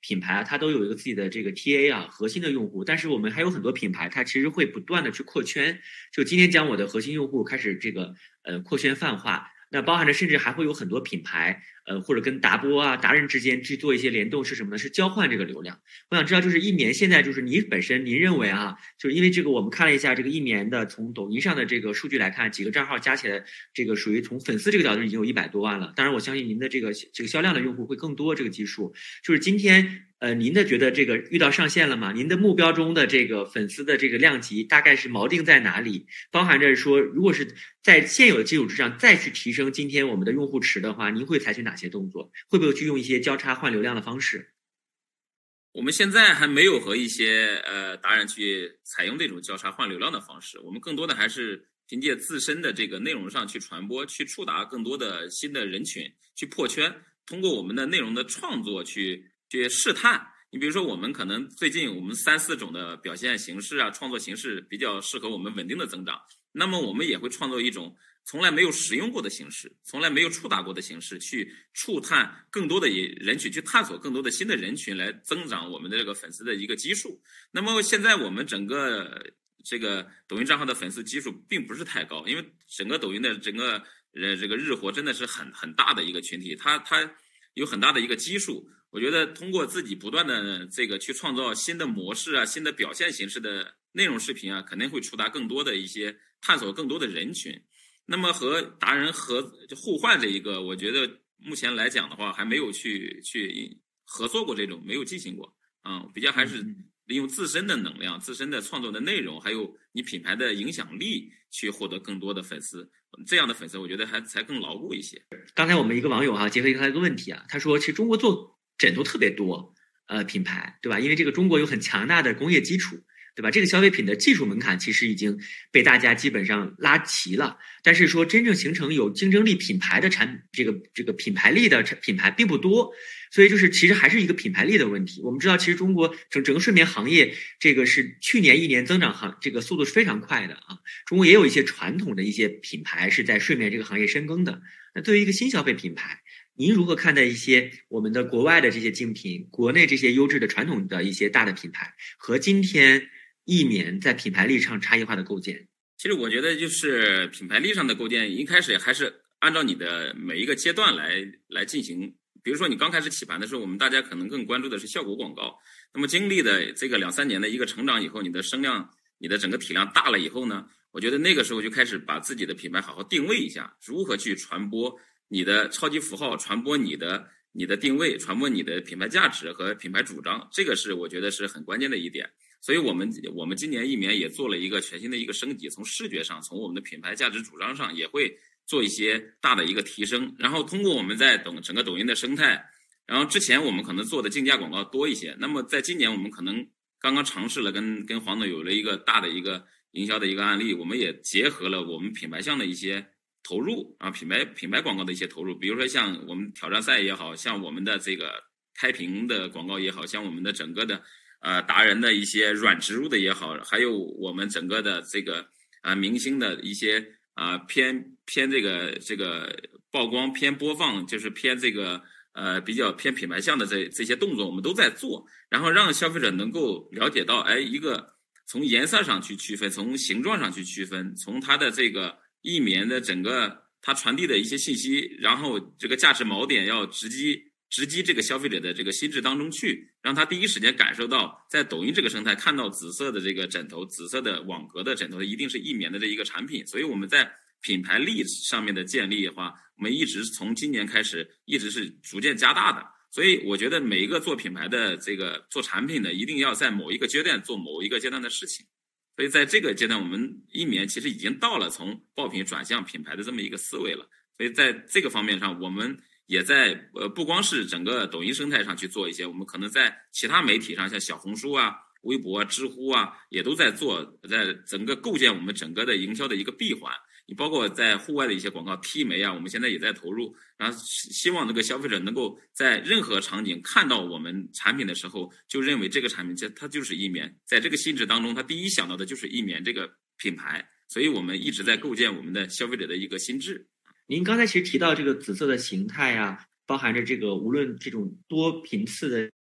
品牌啊，它都有一个自己的这个 TA 啊，核心的用户。但是我们还有很多品牌，它其实会不断的去扩圈。就今天讲我的核心用户开始这个扩圈泛化，那包含着甚至还会有很多品牌或者跟达播啊达人之间去做一些联动，是什么呢？是交换这个流量。我想知道，就是一棉现在就是你本身您认为啊，就是因为这个我们看了一下这个一棉的从抖音上的这个数据来看，几个账号加起来，这个属于从粉丝这个角度已经有100多万了。当然我相信您的这个销量的用户会更多，这个基数就是今天您的觉得这个遇到上限了吗？您的目标中的这个粉丝的这个量级大概是锚定在哪里？包含着说，如果是在现有的基础之上再去提升今天我们的用户池的话，您会采取哪些动作？会不会去用一些交叉换流量的方式？ 我们现在还没有和一些达人去采用这种交叉换流量的方式，我们更多的还是凭借自身的这个内容上去传播，去触达更多的新的人群，去破圈，通过我们的内容的创作去试探。你比如说我们可能最近我们3、4种的表现形式啊，创作形式比较适合我们稳定的增长，那么我们也会创作一种从来没有使用过的形式，从来没有触达过的形式，去触探更多的人群，去探索更多的新的人群，来增长我们的这个粉丝的一个基数。那么现在我们整个这个抖音账号的粉丝基数并不是太高，因为整个抖音的整个这个日活真的是很大的一个群体，它有很大的一个基数。我觉得通过自己不断的这个去创造新的模式啊，新的表现形式的内容视频啊，肯定会触达更多的一些，探索更多的人群。那么和达人互换这一个，我觉得目前来讲的话，还没有去合作过，这种没有进行过。比较还是利用自身的能量、自身的创作的内容，还有你品牌的影响力，去获得更多的粉丝。这样的粉丝，我觉得才更牢固一些。 刚才我们一个网友结合一个问题啊，他说，其实中国做枕头特别多，品牌，对吧？因为这个中国有很强大的工业基础，对吧？这个消费品的技术门槛其实已经被大家基本上拉齐了，但是说真正形成有竞争力品牌的这个品牌力的品牌并不多，所以就是其实还是一个品牌力的问题。我们知道，其实中国整个睡眠行业这个是去年1年增长这个速度是非常快的啊。中国也有一些传统的一些品牌是在睡眠这个行业深耕的。那对于一个新消费品牌，您如何看待一些我们的国外的这些精品，国内这些优质的传统的一些大的品牌和今天一棉在品牌力上差异化的构建？ 其实我觉得就是品牌力上的构建，一开始还是按照你的每一个阶段来进行。比如说你刚开始起盘的时候，我们大家可能更关注的是效果广告。那么经历的这个2、3年的一个成长以后，你的声量、你的整个体量大了以后呢，我觉得那个时候就开始把自己的品牌好好定位一下，如何去传播你的超级符号，传播你的定位，传播你的品牌价值和品牌主张，这个是我觉得是很关键的一点。所以我们今年一棉也做了一个全新的一个升级，从视觉上，从我们的品牌价值主张上也会做一些大的一个提升。然后通过我们在整个抖音的生态，然后之前我们可能做的竞价广告多一些，那么在今年我们可能刚刚尝试了跟黄总有了一个大的一个营销的一个案例，我们也结合了我们品牌项的一些投入啊，品牌广告的一些投入，比如说像我们挑战赛也好，像我们的这个开屏的广告也好，像我们的整个的达人的一些软植入的也好，还有我们整个的这个明星的一些偏这个曝光，偏播放，就是偏这个比较偏品牌项的这些动作，我们都在做，然后让消费者能够了解到，一个从颜色上去区分，从形状上去区分，从它的这个一棉的整个它传递的一些信息，然后这个价值锚点要直击这个消费者的这个心智当中去，让他第一时间感受到，在抖音这个生态看到紫色的这个枕头，紫色的网格的枕头一定是一棉的这一个产品。所以我们在品牌力上面的建立的话，我们一直从今年开始一直是逐渐加大的。所以我觉得每一个做品牌的这个做产品的，一定要在某一个阶段做某一个阶段的事情。所以在这个阶段，我们一棉其实已经到了从爆品转向品牌的这么一个思维了。所以在这个方面上，我们也在不光是整个抖音生态上去做一些，我们可能在其他媒体上，像小红书啊、微博啊、知乎啊，也都在做，在整个构建我们整个的营销的一个闭环。你包括在户外的一些广告踢媒啊，我们现在也在投入，然后希望这个消费者能够在任何场景看到我们产品的时候，就认为这个产品它就是一棉，在这个心智当中，他第一想到的就是一棉这个品牌。所以我们一直在构建我们的消费者的一个心智。 您刚才其实提到这个紫色的形态啊，包含着这个无论这种多频次的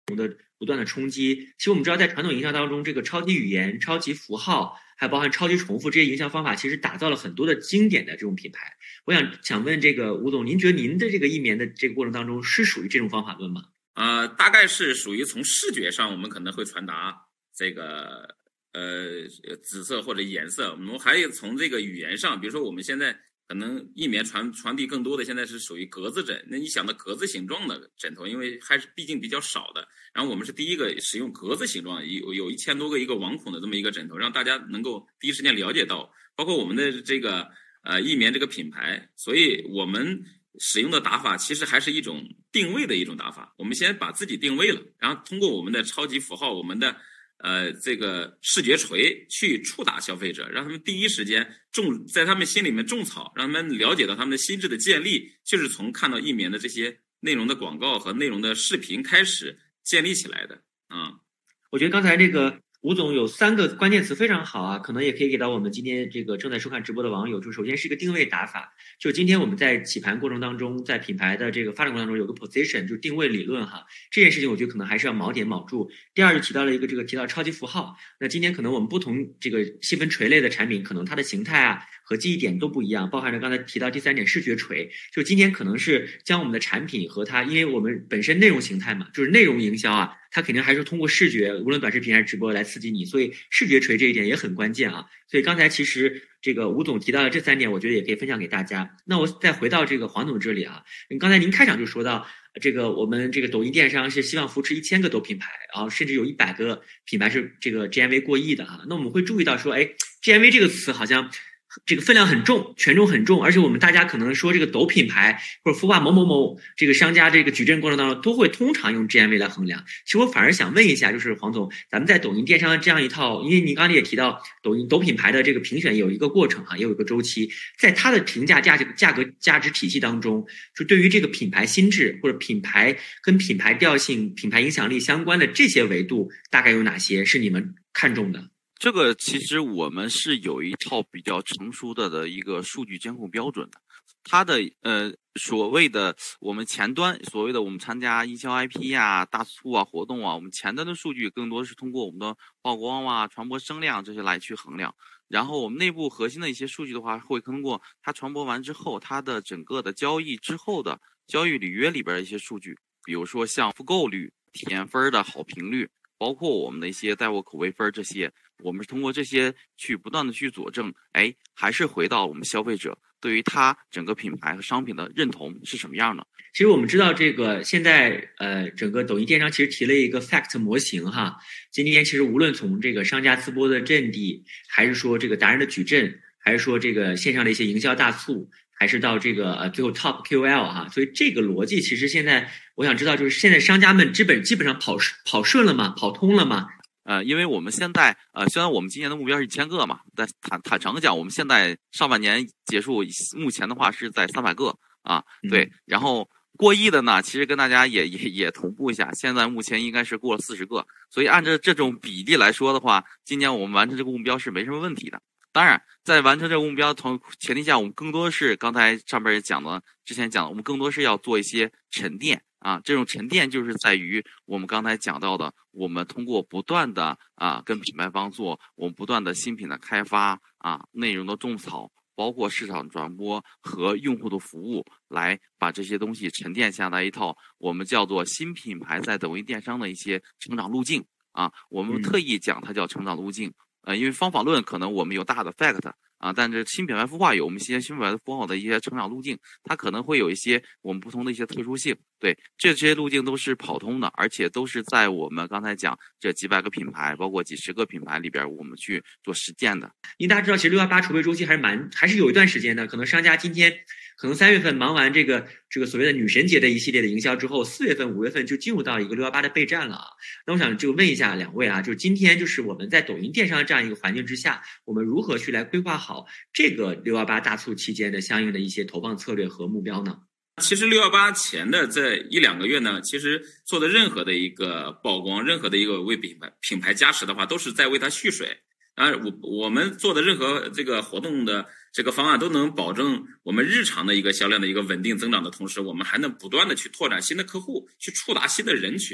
不断的冲击。其实我们知道，在传统营销当中，这个超级语言、超级符号，还包含超级重复这些营销方法，其实打造了很多的经典的这种品牌。我想问这个吴总，您觉得您的这个一年的这个过程当中是属于这种方法论吗？ 大概是属于从视觉上，我们可能会传达这个紫色或者颜色，我们还有从这个语言上，比如说我们现在可能一棉传递更多的现在是属于格子枕，那你想到格子形状的枕头，因为还是毕竟比较少的，然后我们是第一个使用格子形状，有1000多个一个网孔的这么一个枕头，让大家能够第一时间了解到，包括我们的这个一棉这个品牌，所以我们使用的打法其实还是一种定位的一种打法，我们先把自己定位了，然后通过我们的超级符号，我们的这个视觉锤去触达消费者，让他们第一时间在他们心里面种草，让他们了解到他们的心智的建立，就是从看到一棉的这些内容的广告和内容的视频开始建立起来的。 我觉得刚才这个吴总有3个关键词非常好啊，可能也可以给到我们今天这个正在收看直播的网友。就首先是一个定位打法，就今天我们在起盘过程当中，在品牌的这个发展过程当中有个 position， 就定位理论哈，这件事情我觉得可能还是要锚点锚住。第二就提到了提到超级符号，那今天可能我们不同这个细分垂类的产品，可能它的形态啊和记忆点都不一样，包含着刚才提到第3点视觉锤，就今天可能是将我们的产品和它，因为我们本身内容形态嘛，就是内容营销啊，它肯定还是通过视觉，无论短视频还是直播来刺激你，所以视觉锤这一点也很关键啊。所以刚才其实这个吴总提到的这3点，我觉得也可以分享给大家。那我再回到这个黄总这里啊，刚才您开场就说到，这个我们这个抖音电商是希望扶持1000个抖品牌，然后甚至有100个品牌是这个 GMV 过亿的啊。那我们会注意到说，GMV 这个词好像这个分量很重，权重很重，而且我们大家可能说这个抖品牌或者孵化某某某这个商家这个矩阵过程当中，都会通常用 GMV 来衡量。其实我反而想问一下，就是黄总，咱们在抖音电商这样一套，因为您刚才也提到抖品牌的这个评选有一个过程也有一个周期，在它的评价价格价值体系当中，就对于这个品牌心智或者品牌跟品牌调性、品牌影响力相关的这些维度，大概有哪些是你们看重的？ 这个其实我们是有一套比较成熟的一个数据监控标准的，它的所谓的我们前端所谓的我们参加营销 IP 啊、大促啊、活动啊，我们前端的数据更多是通过我们的曝光啊、传播声量这些来去衡量。然后我们内部核心的一些数据的话，会通过它传播完之后，它的整个的交易之后的交易履约里边的一些数据，比如说像复购率、体验分的好评率，包括我们的一些带货口碑分这些，我们是通过这些去不断的去佐证，还是回到我们消费者对于它整个品牌和商品的认同是什么样的。 其实我们知道这个现在整个抖音电商其实提了一个 FACT 模型哈，今天其实无论从这个商家自播的阵地，还是说这个达人的矩阵，还是说这个线上的一些营销大促，还是到这个最后 Top KOL 哈，所以这个逻辑其实现在我想知道，就是现在商家们基本上跑顺了吗？跑通了吗？ 因为我们现在虽然我们今年的目标是1000个嘛，但坦诚讲，我们现在上半年结束，目前的话是在300个啊，对，然后过亿的呢，其实跟大家也同步一下，现在目前应该是过了40个，所以按照这种比例来说的话，今年我们完成这个目标是没什么问题的。当然，在完成这个目标的前提下，我们更多是刚才上边讲的，之前讲的，我们更多是要做一些沉淀啊。这种沉淀就是在于我们刚才讲到的，我们通过不断的跟品牌方做，我们不断的新品的开发内容的种草，包括市场传播和用户的服务，来把这些东西沉淀下来一套我们叫做新品牌在抖音电商的一些成长路径我们特意讲它叫成长路径。因为方法论可能我们有大的 fact 但是新品牌孵化有我们一些新品牌孵化的一些成长路径，它可能会有一些我们不同的一些特殊性。对，这些路径都是跑通的，而且都是在我们刚才讲这几百个品牌，包括几十个品牌里边，我们去做实践的。 因为大家知道，其实618筹备周期还是有一段时间的。可能商家今天可能3月份忙完这个所谓的女神节的一系列的营销之后，4月份、5月份就进入到一个618的备战了那我想就问一下两位就是今天就是我们在抖音电商这样一个环境之下，我们如何去来规划好这个618大促期间的相应的一些投放策略和目标呢？ 其实618前的这1-2个月呢，其实做的任何的一个曝光，任何的一个为品牌加持的话，都是在为它蓄水。当然，我们做的任何这个活动的这个方案都能保证我们日常的一个销量的一个稳定增长的同时，我们还能不断的去拓展新的客户，去触达新的人群。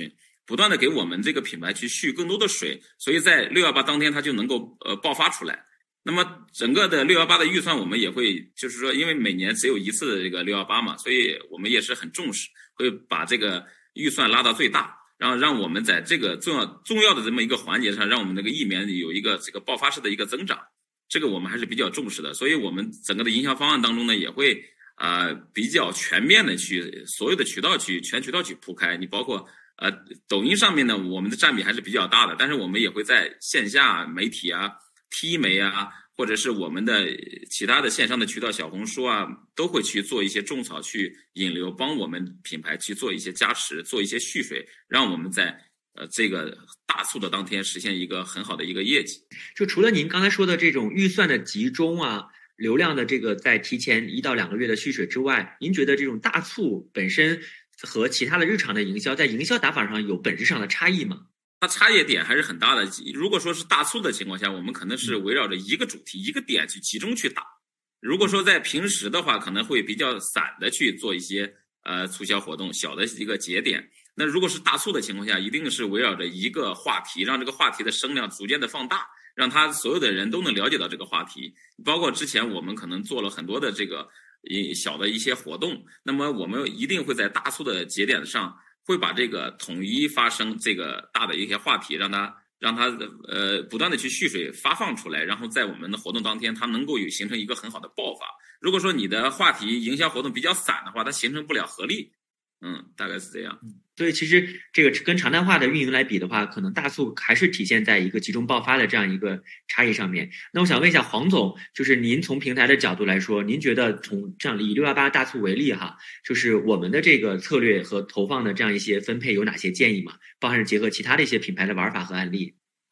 不断的给我们这个品牌去蓄更多的水，所以在618当天它就能够爆发出来。那么整个的618的预算我们也会就是说，因为每年只有一次的这个618嘛，所以我们也是很重视，会把这个预算拉到最大，然后让我们在这个重要的这么一个环节上，让我们这个艺棉有一个这个爆发式的一个增长，这个我们还是比较重视的。所以我们整个的营销方案当中呢，也会比较全面的去所有的渠道去全渠道去铺开。你包括抖音上面呢，我们的占比还是比较大的，但是我们也会在线下媒体啊、T 媒啊，或者是我们的其他的线上的渠道，小红书啊，都会去做一些种草，去引流，帮我们品牌去做一些加持，做一些蓄水，让我们在这个大促的当天实现一个很好的一个业绩。 就除了您刚才说的这种预算的集中啊，流量的这个在提前1到2个月的蓄水之外，您觉得这种大促本身和其他的日常的营销在营销打法上有本质上的差异吗？ 它差异点还是很大的。如果说是大促的情况下，我们可能是围绕着一个主题、一个点去集中去打。如果说在平时的话，可能会比较散的去做一些促销活动，小的一个节点。那如果是大促的情况下，一定是围绕着一个话题，让这个话题的声量逐渐的放大，让他所有的人都能了解到这个话题。包括之前我们可能做了很多的这个小的一些活动，那么我们一定会在大促的节点上会把这个统一发生这个大的一些话题，让它不断的去蓄水发放出来，然后在我们的活动当天它能够形成一个很好的爆发。如果说你的话题营销活动比较散的话，它形成不了合力。大概是这样。 所以其实这个跟常态化的运营来比的话，可能大促还是体现在一个集中爆发的这样一个差异上面。那我想问一下黄总，就是您从平台的角度来说，您觉得从这样以618大促为例哈，就是我们的这个策略和投放的这样一些分配有哪些建议吗？包含是结合其他的一些品牌的玩法和案例。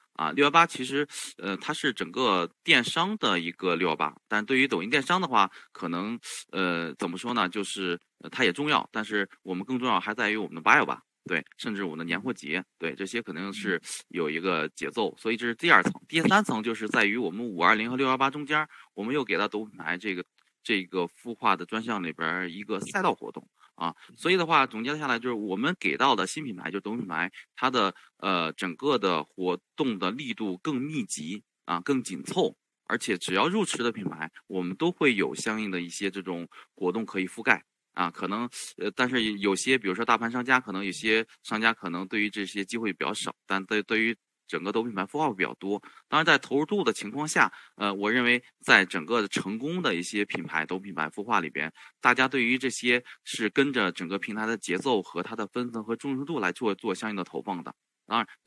618其实它是整个电商的一个618，但对于抖音电商的话，可能怎么说呢，就是它也重要，但是我们更重要还在于我们的818，对，甚至我们的年货节，对，这些肯定是有一个节奏，所以这是第二层。第三层就是在于我们520和618中间，我们又给到抖音品牌这个孵化的专项里边一个赛道活动。所以的话，总结下来就是我们给到的新品牌，就是抖音品牌，它的整个的活动的力度更密集更紧凑，而且只要入池的品牌，我们都会有相应的一些这种活动可以覆盖可能但是有些比如说大盘商家，可能有些商家可能对于这些机会比较少，但对于整个抖品牌孵化会比较多。当然在投入度的情况下，我认为在整个成功的一些品牌抖品牌孵化里边，大家对于这些是跟着整个平台的节奏和它的分层和重视度来做相应的投放的。当然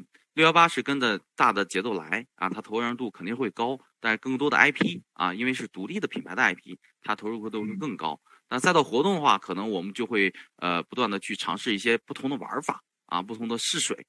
618是跟着大的节奏来它投入度肯定会高，但是更多的 IP 因为是独立的品牌的 IP， 它投入度会更高。但赛道活动的话，可能我们就会不断的去尝试一些不同的玩法不同的试水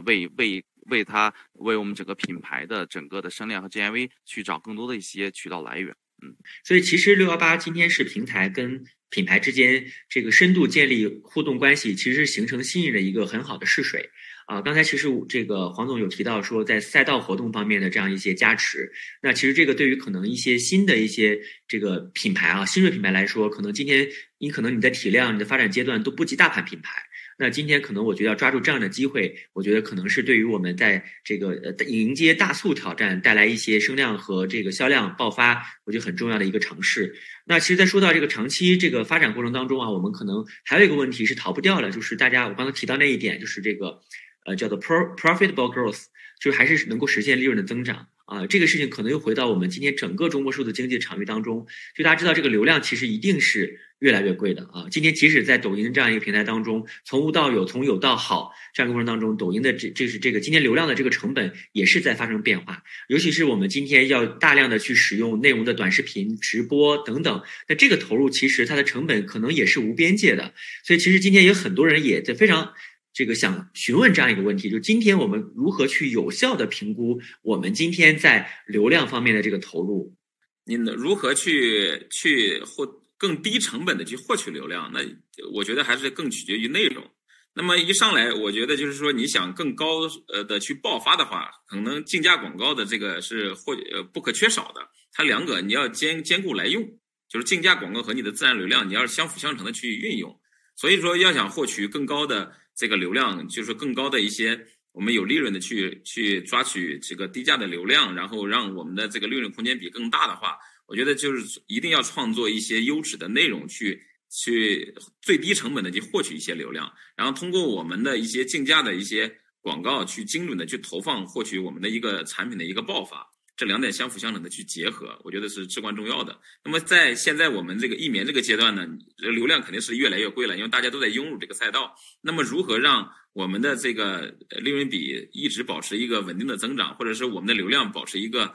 为我们整个品牌的整个的声量和 GMV 去找更多的一些渠道来源。 所以其实618今天是平台跟品牌之间这个深度建立互动关系，其实是形成信任的一个很好的试水。刚才其实这个黄总有提到说，在赛道活动方面的这样一些加持，那其实这个对于可能一些新的一些这个品牌新锐品牌来说，可能今天你的体量、你的发展阶段都不及大盘品牌。那今天可能我觉得要抓住这样的机会，我觉得可能是对于我们在这个迎接大促挑战带来一些声量和这个销量爆发，我觉得很重要的一个尝试。那其实在说到这个长期这个发展过程当中我们可能还有一个问题是逃不掉了，就是我刚才提到那一点，就是这个叫做 profitable growth， 就是还是能够实现利润的增长这个事情可能又回到我们今天整个中国数字经济场域当中。就大家知道这个流量其实一定是越来越贵的今天即使在抖音这样一个平台当中，从无到有，从有到好这样一个过程当中，抖音的这个今天流量的这个成本也是在发生变化。尤其是我们今天要大量的去使用内容的短视频、直播等等，那这个投入其实它的成本可能也是无边界的。所以其实今天有很多人也在非常这个想询问这样一个问题，就是今天我们如何去有效的评估我们今天在流量方面的这个投入？ 你如何去更低成本的去获取流量？那我觉得还是更取决于内容。那么一上来，我觉得就是说，你想更高的去爆发的话，可能竞价广告的这个是不可缺少的。它两个你要兼顾来用，就是竞价广告和你的自然流量，你要相辅相成的去运用。所以说，要想获取更高的这个流量，就是更高的一些我们有利润的去抓取这个低价的流量，然后让我们的这个利润空间比更大的话，我觉得就是一定要创作一些优质的内容去最低成本的去获取一些流量，然后通过我们的一些竞价的一些广告去精准的去投放，获取我们的一个产品的一个爆发。这两点相辅相成的去结合，我觉得是至关重要的。那么在现在我们这个一棉这个阶段呢，流量肯定是越来越贵了，因为大家都在涌入这个赛道。那么如何让我们的这个利润比一直保持一个稳定的增长，或者是我们的流量保持一个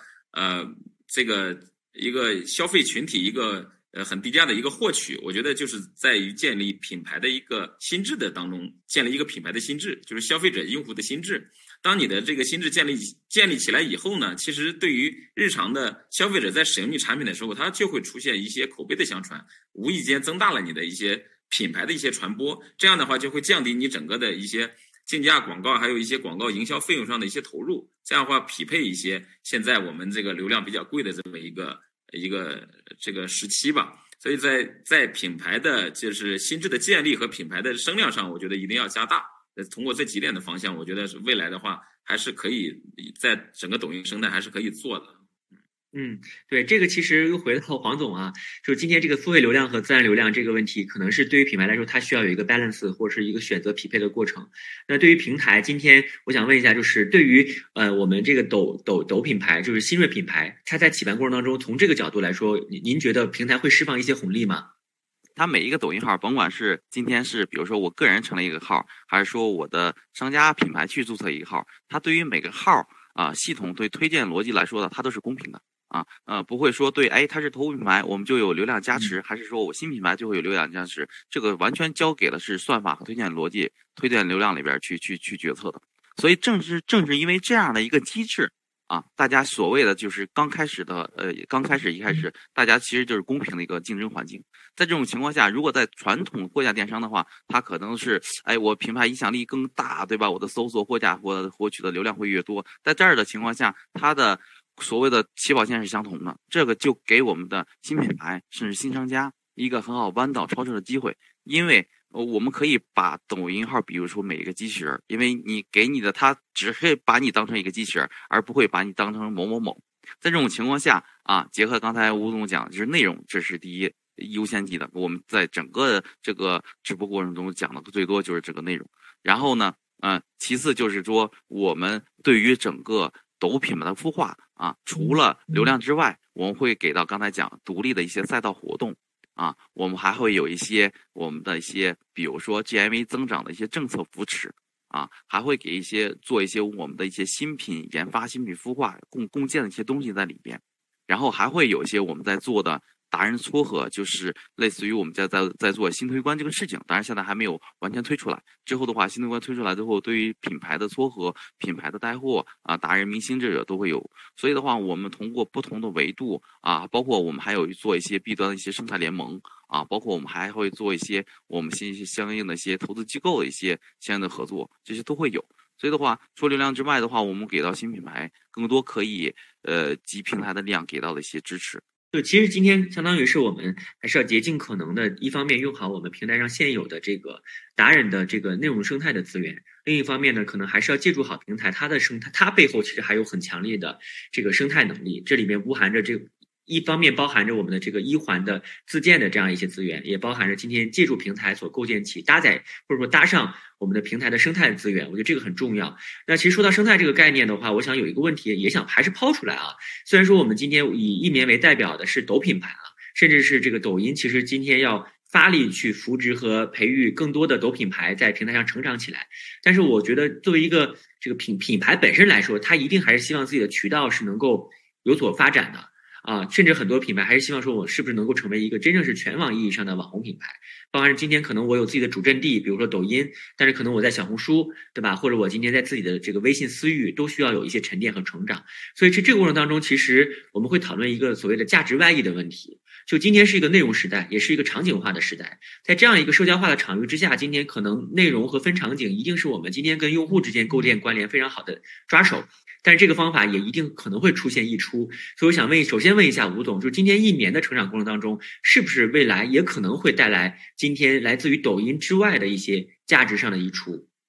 一个消费群体一个很低价的一个获取，我觉得就是在于建立品牌的一个心智的当中，建立一个品牌的心智，就是消费者用户的心智。当你的这个心智建立起来以后呢，其实对于日常的消费者在使用你产品的时候，它就会出现一些口碑的相传，无意间增大了你的一些品牌的一些传播。这样的话就会降低你整个的一些竞价广告，还有一些广告营销费用上的一些投入。这样的话匹配一些现在我们这个流量比较贵的这么一个这个时期吧。所以在品牌的就是心智的建立和品牌的声量上，我觉得一定要加大。通过这几点的方向，我觉得是未来的话还是可以在整个抖音生态还是可以做的。 对，这个其实又回到黄总啊，就是今天这个付费流量和自然流量这个问题，可能是对于品牌来说，它需要有一个 balance 或者是一个选择匹配的过程。那对于平台，今天我想问一下，就是对于我们这个抖品牌，就是新锐品牌，它在起盘过程当中，从这个角度来说，您觉得平台会释放一些红利吗？ 它每一个抖音号，甭管是今天是比如说我个人成立一个号，还是说我的商家品牌去注册一个号，它对于每个号系统对推荐逻辑来说的，它都是公平的不会说对它是头部品牌我们就有流量加持，还是说我新品牌就会有流量加持，这个完全交给的是算法和推荐逻辑、推荐流量里边去决策的。所以正是因为这样的一个机制大家所谓的就是一开始大家其实就是公平的一个竞争环境。在这种情况下，如果在传统货架电商的话，它可能是我品牌影响力更大，对吧？我的搜索货架获取的流量会越多。在这儿的情况下，它的所谓的起跑线是相同的，这个就给我们的新品牌甚至新商家一个很好弯道超车的机会。因为我们可以把抖音号比如说每一个机器人，因为你给你的它只会把你当成一个机器人，而不会把你当成某某某。在这种情况下结合刚才吴总讲，就是内容，这是第一优先级的。我们在整个这个直播过程中讲的最多就是这个内容。然后呢其次就是说我们对于整个抖品牌的孵化除了流量之外，我们会给到刚才讲独立的一些赛道活动我们还会有一些我们的一些比如说 GMV 增长的一些政策扶持还会给做一些我们的一些新品研发、新品孵化共建的一些东西在里边。然后还会有一些我们在做的达人撮合，就是类似于我们在做新推关这个事情，当然现在还没有完全推出来。之后的话，新推关推出来之后，对于品牌的撮合、品牌的带货达人、明星这个都会有。所以的话，我们通过不同的维度包括我们还有做一些 B 端的一些生态联盟包括我们还会做一些我们相应的一些投资机构的一些相应的合作，这些都会有。所以的话，除了流量之外的话，我们给到新品牌更多可以集平台的量给到的一些支持。 就其实今天相当于是我们还是要竭尽可能的，一方面用好我们平台上现有的这个达人的这个内容生态的资源，另一方面呢，可能还是要借助好平台它的生态，它背后其实还有很强烈的这个生态能力，这里面包含着一方面包含着我们的这个一环的自建的这样一些资源，也包含着今天借助平台所构建起搭载或者说搭上我们的平台的生态资源，我觉得这个很重要。那其实说到生态这个概念的话，我想有一个问题也想还是抛出来虽然说我们今天以一棉为代表的是抖品牌甚至是这个抖音，其实今天要发力去扶植和培育更多的抖品牌在平台上成长起来，但是我觉得作为一个这个品牌本身来说，它一定还是希望自己的渠道是能够有所发展的甚至很多品牌还是希望说我是不是能够成为一个真正是全网意义上的网红品牌，包含今天可能我有自己的主阵地，比如说抖音，但是可能我在小红书，对吧？或者我今天在自己的这个微信私域都需要有一些沉淀和成长。所以这个过程当中，其实我们会讨论一个所谓的价值外溢的问题。就今天是一个内容时代，也是一个场景化的时代，在这样一个社交化的场域之下，今天可能内容和分场景一定是我们今天跟用户之间构建关联非常好的抓手。但是这个方法也一定可能会出现溢出，所以我想首先问一下吴总，就是今天一棉的成长过程当中，是不是未来也可能会带来今天来自于抖音之外的一些价值上的溢出？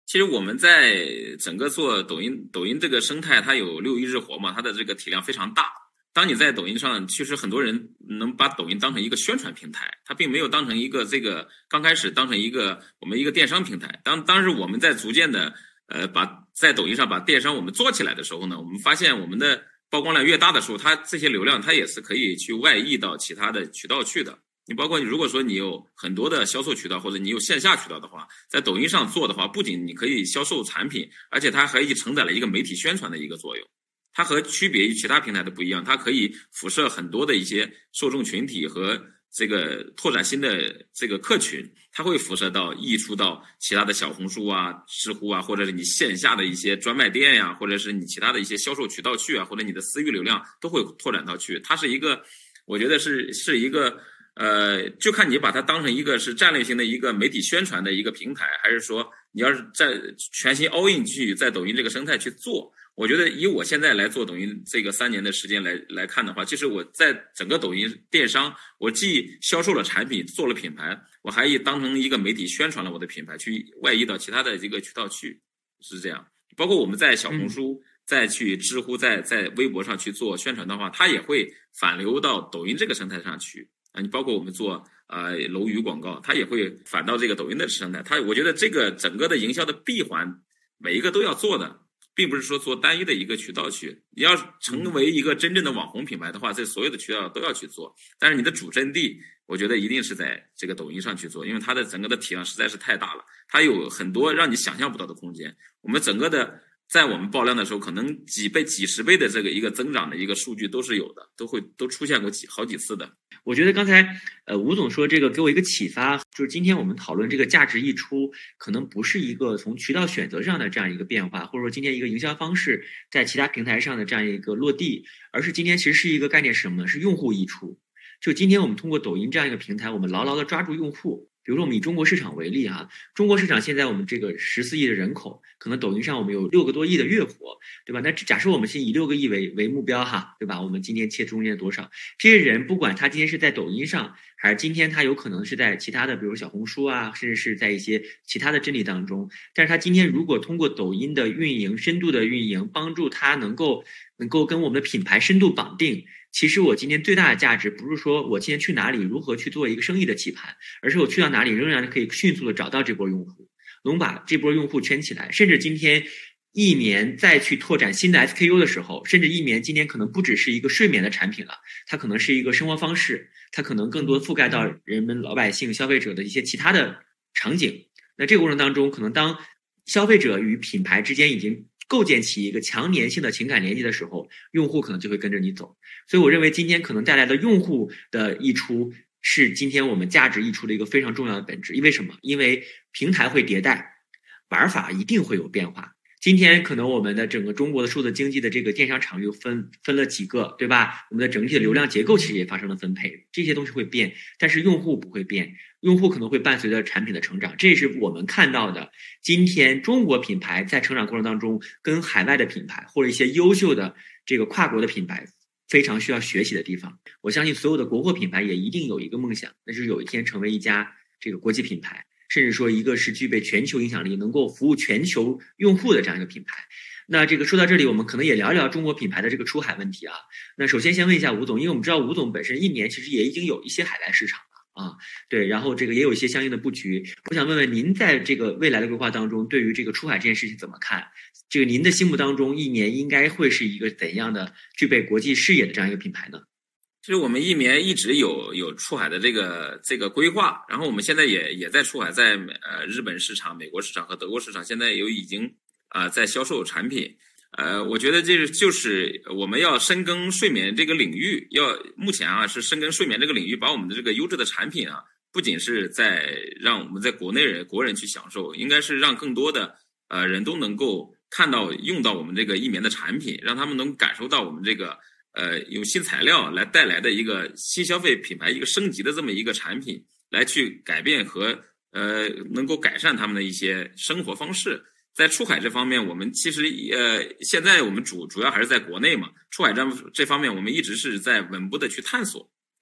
其实我们在整个做抖音这个生态，它有6亿日活嘛，它的这个体量非常大。当你在抖音上，其实很多人能把抖音当成一个宣传平台，它并没有当成一个刚开始当成我们一个电商平台。当时我们在逐渐的在抖音上把电商我们做起来的时候呢，我们发现我们的曝光量越大的时候，它这些流量它也是可以去外溢到其他的渠道去的。你包括如果说你有很多的销售渠道，或者你有线下渠道的话，在抖音上做的话，不仅你可以销售产品，而且它还承载了一个媒体宣传的一个作用。它和区别于其他平台的不一样，它可以辐射很多的一些受众群体和这个拓展新的这个客群，它会辐射到溢出到其他的小红书啊、知乎啊，或者是你线下的一些专卖店呀，或者是你其他的一些销售渠道去啊，或者你的私域流量都会拓展到去。它是一个，我觉得是一个就看你把它当成一个是战略性的一个媒体宣传的一个平台，还是说你要是在全心 all in 去在抖音这个生态去做。我觉得以我现在来做抖音这个3年的时间来看的话，其实我在整个抖音电商，我既销售了产品，做了品牌，我还当成一个媒体宣传了我的品牌，去外溢到其他的这个渠道去，是这样。包括我们在小红书、再去知乎、在微博上去做宣传的话，它也会反流到抖音这个生态上去。你包括我们做楼宇广告，它也会反到这个抖音的生态。我觉得这个整个的营销的闭环，每一个都要做的。并不是说做单一的一个渠道去，你要成为一个真正的网红品牌的话，这所有的渠道都要去做。但是你的主阵地，我觉得一定是在这个抖音上去做，因为它的整个的体量实在是太大了，它有很多让你想象不到的空间。我们整个的在我们爆量的时候，可能几十倍的这个一个增长的一个数据都是有的，都出现过好几次的。 我觉得刚才吴总说这个给我一个启发，就是今天我们讨论这个价值溢出，可能不是一个从渠道选择上的这样一个变化，或者说今天一个营销方式在其他平台上的这样一个落地，而是今天其实是一个概念是什么呢？是用户溢出。就今天我们通过抖音这样一个平台，我们牢牢的抓住用户。比如说我们以中国市场为例哈，中国市场现在我们这个14亿的人口，可能抖音上我们有6个多亿的月活，对吧？那假设我们先以6个亿为目标哈，对吧？我们今天切中间多少？这些人不管他今天是在抖音上，还是今天他有可能是在其他的，比如小红书啊，甚至是在一些其他的阵地当中，但是他今天如果通过抖音的运营，深度的运营，帮助他能够跟我们的品牌深度绑定。其实我今天最大的价值不是说我今天去哪里如何去做一个生意的棋盘，而是我去到哪里仍然可以迅速的找到这波用户，能把这波用户圈起来。甚至今天一眠再去拓展新的 SKU 的时候，甚至一眠今天可能不只是一个睡眠的产品了，它可能是一个生活方式，它可能更多覆盖到人们老百姓消费者的一些其他的场景。那这个过程当中，可能当消费者与品牌之间已经构建起一个强粘性的情感联系的时候，用户可能就会跟着你走。所以我认为今天可能带来的用户的溢出是今天我们价值溢出的一个非常重要的本质。因为什么？因为平台会迭代，玩法一定会有变化。今天可能我们的整个中国的数字经济的这个电商场域分了几个，对吧？我们的整体的流量结构其实也发生了分配，这些东西会变，但是用户不会变，用户可能会伴随着产品的成长，这也是我们看到的。今天中国品牌在成长过程当中，跟海外的品牌或者一些优秀的这个跨国的品牌非常需要学习的地方。我相信所有的国货品牌也一定有一个梦想，那就是有一天成为一家这个国际品牌。甚至说一个是具备全球影响力，能够服务全球用户的这样一个品牌。那这个说到这里，我们可能也聊一聊中国品牌的这个出海问题啊。那首先先问一下吴总，因为我们知道吴总本身一年其实也已经有一些海外市场了啊，对，然后这个也有一些相应的布局。我想问问您在这个未来的规划当中，对于这个出海这件事情怎么看？这个您的心目当中一年应该会是一个怎样的具备国际视野的这样一个品牌呢？ 其实我们一眠一直有出海的这个规划，然后我们现在也在出海，在日本市场、美国市场和德国市场，现在已经在销售产品。我觉得这就是我们要深耕睡眠这个领域，目前是深耕睡眠这个领域，把我们的这个优质的产品不仅是在让我们在国人去享受，应该是让更多的人都能够看到用到我们这个一眠的产品，让他们能感受到我们这个用新材料来带来的一个新消费品牌一个升级的这么一个产品，来去改变和能够改善他们的一些生活方式。在出海这方面，我们其实现在我们主要还是在国内嘛，出海这方面我们一直是在稳步的去探索，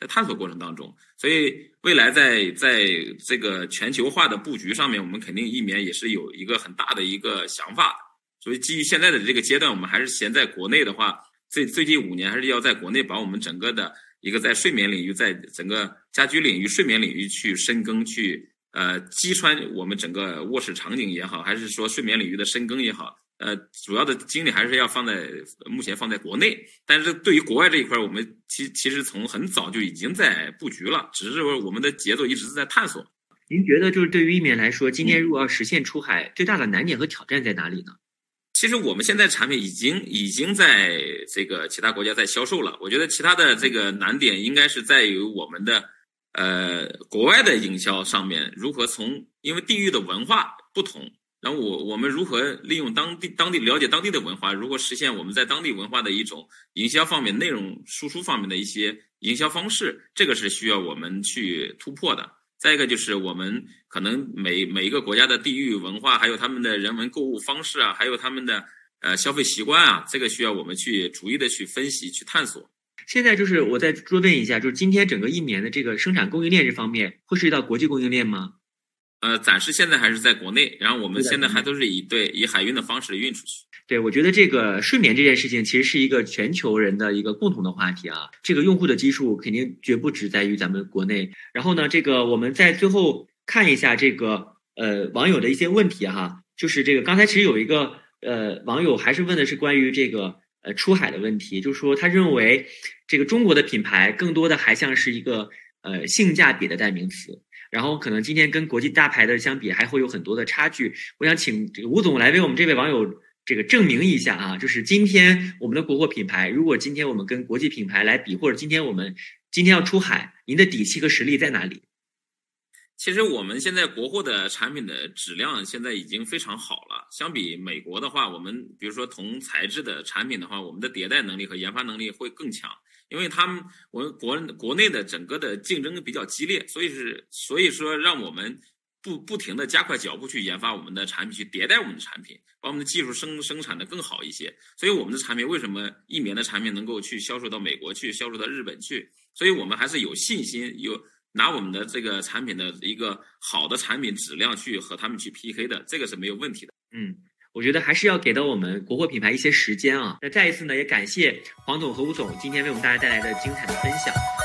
在探索过程当中。所以未来在这个全球化的布局上面，我们肯定疫棉也是有一个很大的一个想法的。所以基于现在的这个阶段，我们还是先在国内的话，最近5年还是要在国内把我们整个的一个在睡眠领域，在整个家居领域、睡眠领域去深耕，去击穿我们整个卧室场景也好，还是说睡眠领域的深耕也好，主要的精力还是要目前放在国内。但是对于国外这一块，我们其实从很早就已经在布局了，只是我们的节奏一直是在探索。 您觉得就是对于疫棉来说，今天如果要实现出海，最大的难点和挑战在哪里呢？ 其实我们现在产品已经在这个其他国家在销售了。我觉得其他的这个难点应该是在于我们的国外的营销上面，如何因为地域的文化不同，然后我们如何利用当地了解当地的文化，如何实现我们在当地文化的一种营销方面、内容输出方面的一些营销方式，这个是需要我们去突破的。再一个就是我们可能每一个国家的地域文化，还有他们的人文购物方式啊，还有他们的消费习惯啊，这个需要我们去逐一的去分析、去探索。 现在就是我再追问一下，就是今天整个疫棉的这个生产供应链这方面，会涉及到国际供应链吗？ 暂时现在还是在国内，然后我们现在还都是以海运的方式运出去。 对，我觉得这个睡眠这件事情其实是一个全球人的一个共同的话题啊。这个用户的基数肯定绝不只在于咱们国内。然后呢，这个我们在最后看一下这个网友的一些问题哈，就是这个刚才其实有一个网友还是问的是关于这个出海的问题，就是说他认为这个中国的品牌更多的还像是一个性价比的代名词。然后可能今天跟国际大牌的相比还会有很多的差距。我想请这个吴总来为我们这位网友这个证明一下啊，就是今天我们的国货品牌，如果今天我们跟国际品牌来比，或者今天要出海，您的底气和实力在哪里？ 其实我们现在国货的产品的质量现在已经非常好了，相比美国的话，我们比如说同材质的产品的话，我们的迭代能力和研发能力会更强。因为我们国内的整个的竞争比较激烈，所以说让我们不停的加快脚步去研发我们的产品，去迭代我们的产品，把我们的技术生产的更好一些。所以我们的产品为什么疫棉的产品能够去销售到美国去，销售到日本去？所以我们还是有信心，拿我们的这个产品的一个好的产品质量去和他们去 PK 的，这个是没有问题的。 我觉得还是要给到我们国货品牌一些时间啊。那再一次呢，也感谢黄总和吴总今天为我们大家带来的精彩的分享。